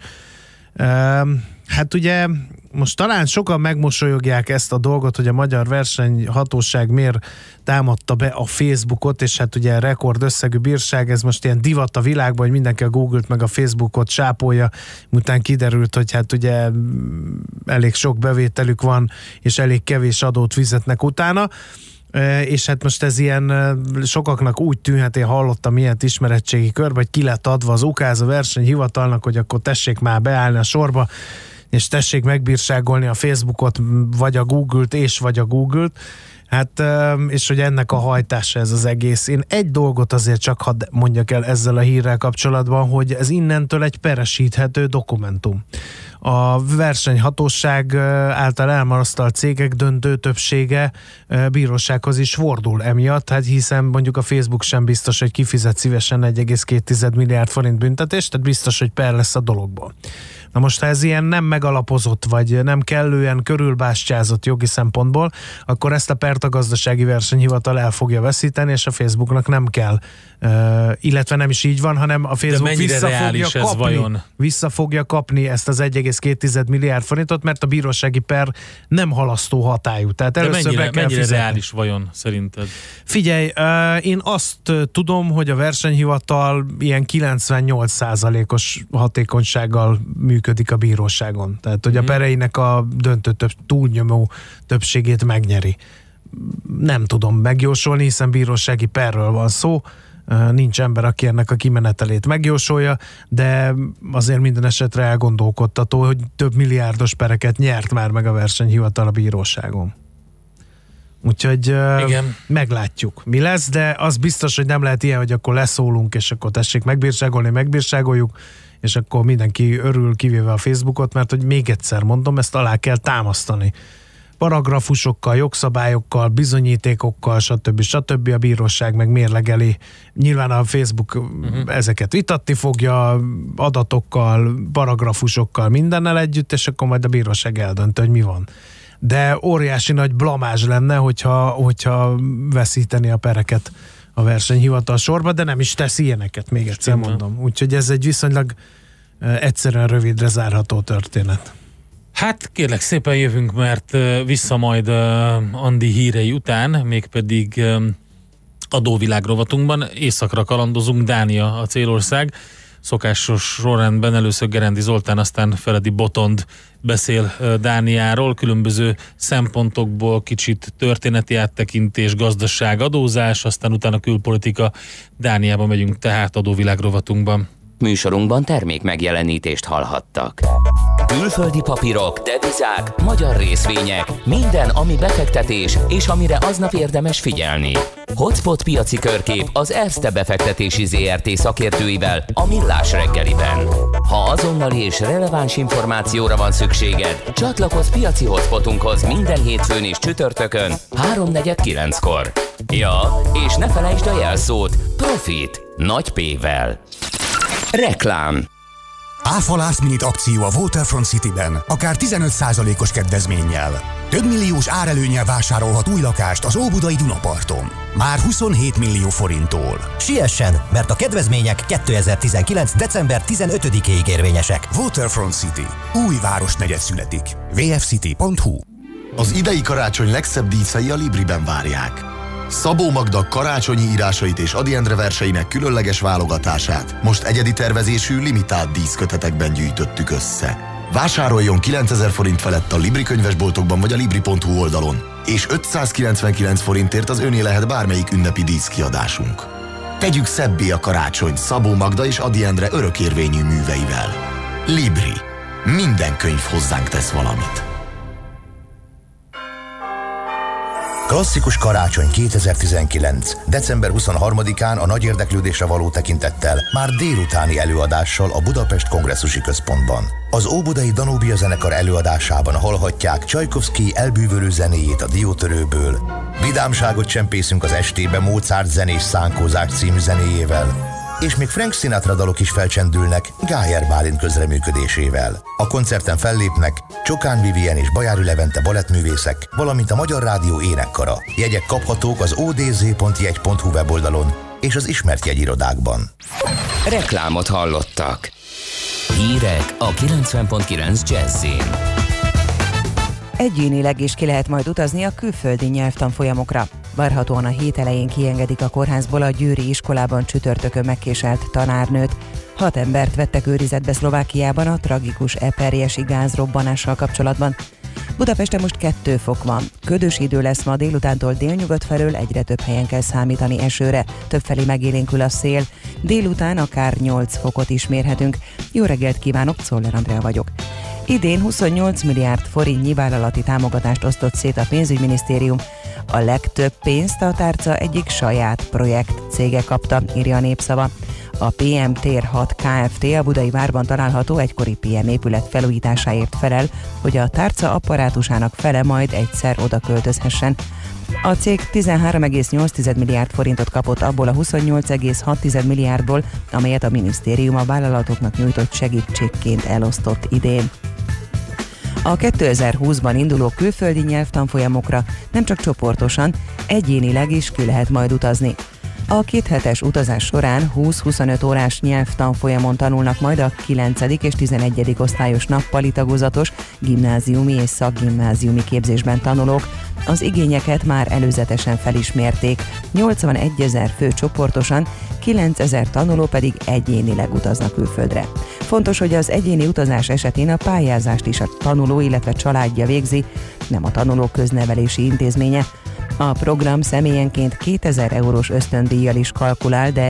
Hát ugye most talán sokan megmosolyogják ezt a dolgot, hogy a Magyar Versenyhatóság miért támadta be a Facebookot, és hát ugye rekord összegű bírság, ez most ilyen divat a világban, hogy mindenki a Google-t meg a Facebookot sápolja, után kiderült, hogy hát ugye elég sok bevételük van, és elég kevés adót fizetnek utána. És hát most ez ilyen sokaknak úgy tűnhet, én hallottam ilyet ismeretségi körbe, hogy ki lett adva az ukáz a versenyhivatalnak, hogy akkor tessék már beállni a sorba, és tessék megbírságolni a Facebookot, vagy a Google-t, és vagy a Google-t. Hát, és hogy ennek a hajtása ez az egész. Én egy dolgot azért csak hadd mondjak el ezzel a hírrel kapcsolatban, hogy ez innentől egy peresíthető dokumentum. A versenyhatóság által elmarasztalt cégek döntő többsége bírósághoz is fordul emiatt, hát hiszen mondjuk a Facebook sem biztos, hogy kifizet szívesen egy egész két milliárd forint büntetést, tehát biztos, hogy per lesz a dologból. Na most, ha ez ilyen nem megalapozott, vagy nem kellően körülbástyázott jogi szempontból, akkor ezt a pert a Gazdasági Versenyhivatal el fogja veszíteni, és a Facebooknak nem kell, uh, illetve nem is így van, hanem a Facebook vissza fogja, kapni, vissza fogja kapni ezt az egy egész két milliárd forintot, mert a bírósági per nem halasztó hatályú. Tehát de először mennyire, be kell mennyire fizetni. reális vajon szerinted? Figyelj, uh, én azt tudom, hogy a versenyhivatal ilyen kilencvennyolc százalékos hatékonysággal működik a bíróságon. Tehát, hogy a pereinek a döntő több, túlnyomó többségét megnyeri. Nem tudom megjósolni, hiszen bírósági perről van szó, nincs ember, aki ennek a kimenetelét megjósolja, de azért minden esetre elgondolkodtató, hogy több milliárdos pereket nyert már meg a versenyhivatal a bíróságon. Úgyhogy igen, meglátjuk, mi lesz, de az biztos, hogy nem lehet ilyen, hogy akkor leszólunk, és akkor tessék megbírságolni, megbírságoljuk, és akkor mindenki örül, kivéve a Facebookot, mert hogy még egyszer mondom, ezt alá kell támasztani. Paragrafusokkal, jogszabályokkal, bizonyítékokkal, stb. stb. A bíróság meg mérlegeli. Nyilván a Facebook uh-huh. ezeket vitatni fogja, adatokkal, paragrafusokkal, mindennel együtt, és akkor majd a bíróság eldönt, hogy mi van. De óriási nagy blamázs lenne, hogyha, hogyha veszíteni a pereket a versenyhivatal sorba, de nem is tesz ilyeneket, még egyszer mondom. Úgyhogy ez egy viszonylag egyszerűen rövidre zárható történet. Hát kérlek szépen jövünk, mert vissza majd Andi hírei után, mégpedig adóvilág rovatunkban északra kalandozunk, Dánia a célország. Szokásos sorrendben először Gerendi Zoltán, aztán Feledi Botond beszél Dániáról, különböző szempontokból kicsit történeti áttekintés, gazdaság, adózás, aztán utána külpolitika. Dániába megyünk tehát adóvilág rovatunkban. Műsorunkban termék megjelenítést hallhattak. Külföldi papírok, devizák, magyar részvények, minden, ami befektetés, és amire aznap érdemes figyelni. Hotspot piaci körkép az Erste befektetési zé er té szakértőivel a Millás reggeliben. Ha azonnali és releváns információra van szükséged, csatlakozz piaci hotspotunkhoz minden hétfőn és csütörtökön háromnegyed kilenckor. Ja, és ne felejtsd a jelszót, Profit, nagy P-vel. Reklám. Áfa Last Minute akció a Waterfront Cityben, akár tizenöt százalékos kedvezménnyel. Több milliós árelőnnyel vásárolhat új lakást az óbudai Dunaparton. Már huszonhét millió forinttól. Siessen, mert a kedvezmények kétezer-tizenkilenc. december tizenötödikéig érvényesek. Waterfront City. Új városnegyed születik. vé ef city pont hu. Az idei karácsony legszebb díszei a Libriben várják. Szabó Magda karácsonyi írásait és Ady Endre verseinek különleges válogatását most egyedi tervezésű limitált díszkötetekben gyűjtöttük össze. Vásároljon kilencezer forint felett a Libri könyvesboltokban vagy a libri pont hu oldalon, és ötszázkilencvenkilenc forintért az öné lehet bármelyik ünnepi díszkiadásunk. Tegyük szebbé a karácsony Szabó Magda és Ady Endre örökérvényű műveivel. Libri. Minden könyv hozzánk tesz valamit. Klasszikus karácsony kétezer-tizenkilenc. december huszonharmadikán a nagy érdeklődésre való tekintettel már délutáni előadással a Budapest Kongresszusi Központban. Az óbudai Danubia zenekar előadásában hallhatják Csajkovszky elbűvölő zenéjét a Diótörőből. Vidámságot csempészünk az estébe Mozart zenés szánkózás című zenéjével. És még Frank Sinatra dalok is felcsendülnek Gájer Bálint közreműködésével. A koncerten fellépnek Csokán Vivien és Bajári Levente balettművészek, valamint a Magyar Rádió énekkara. Jegyek kaphatók az o d z pont jegy pont hu weboldalon és az ismert jegyirodákban. Reklámot hallottak. Hírek a kilencven pont kilenc Jazzin. Egyénileg is ki lehet majd utazni a külföldi nyelvtanfolyamokra. Várhatóan a hét elején kiengedik a kórházból a győri iskolában csütörtökön megkéselt tanárnőt. Hat embert vettek őrizetbe Szlovákiában a tragikus eperjesi gázrobbanással kapcsolatban. Budapesten most kettő fok van. Ködös idő lesz ma, délutántól délnyugat felől egyre több helyen kell számítani esőre. Többfelé megélénkül a szél. Délután akár nyolc fokot is mérhetünk. Jó reggelt kívánok, Czoller Andrea vagyok. Idén huszonnyolc milliárd forintnyi vállalati támogatást osztott szét a pénzügyminisztérium. A legtöbb pénzt a tárca egyik saját projekt cége kapta, írja a Népszava. A pé em Tér hat Kft. A Budai Várban található egykori pé em épület felújításáért felel, hogy a tárca apparátusának fele majd egyszer oda költözhessen. A cég tizenhárom egész nyolc milliárd forintot kapott abból a huszonnyolc egész hat milliárdból, amelyet a minisztérium a vállalatoknak nyújtott segítségként elosztott idén. A kétezer-húszban induló külföldi nyelvtanfolyamokra nem csak csoportosan, egyénileg is ki lehet majd utazni. A kéthetes utazás során húsz-huszonöt órás nyelvtanfolyamon tanulnak majd a kilencedik és tizenegyedik osztályos nappali tagozatos gimnáziumi és szakgimnáziumi képzésben tanulók. Az igényeket már előzetesen felismérték. nyolcvanegyezer fő csoportosan, kilencezer tanuló pedig egyénileg utaznak külföldre. Fontos, hogy az egyéni utazás esetén a pályázást is a tanuló, illetve családja végzi, nem a tanuló köznevelési intézménye. A program személyenként kétezer eurós ösztöndíjjal is kalkulál, de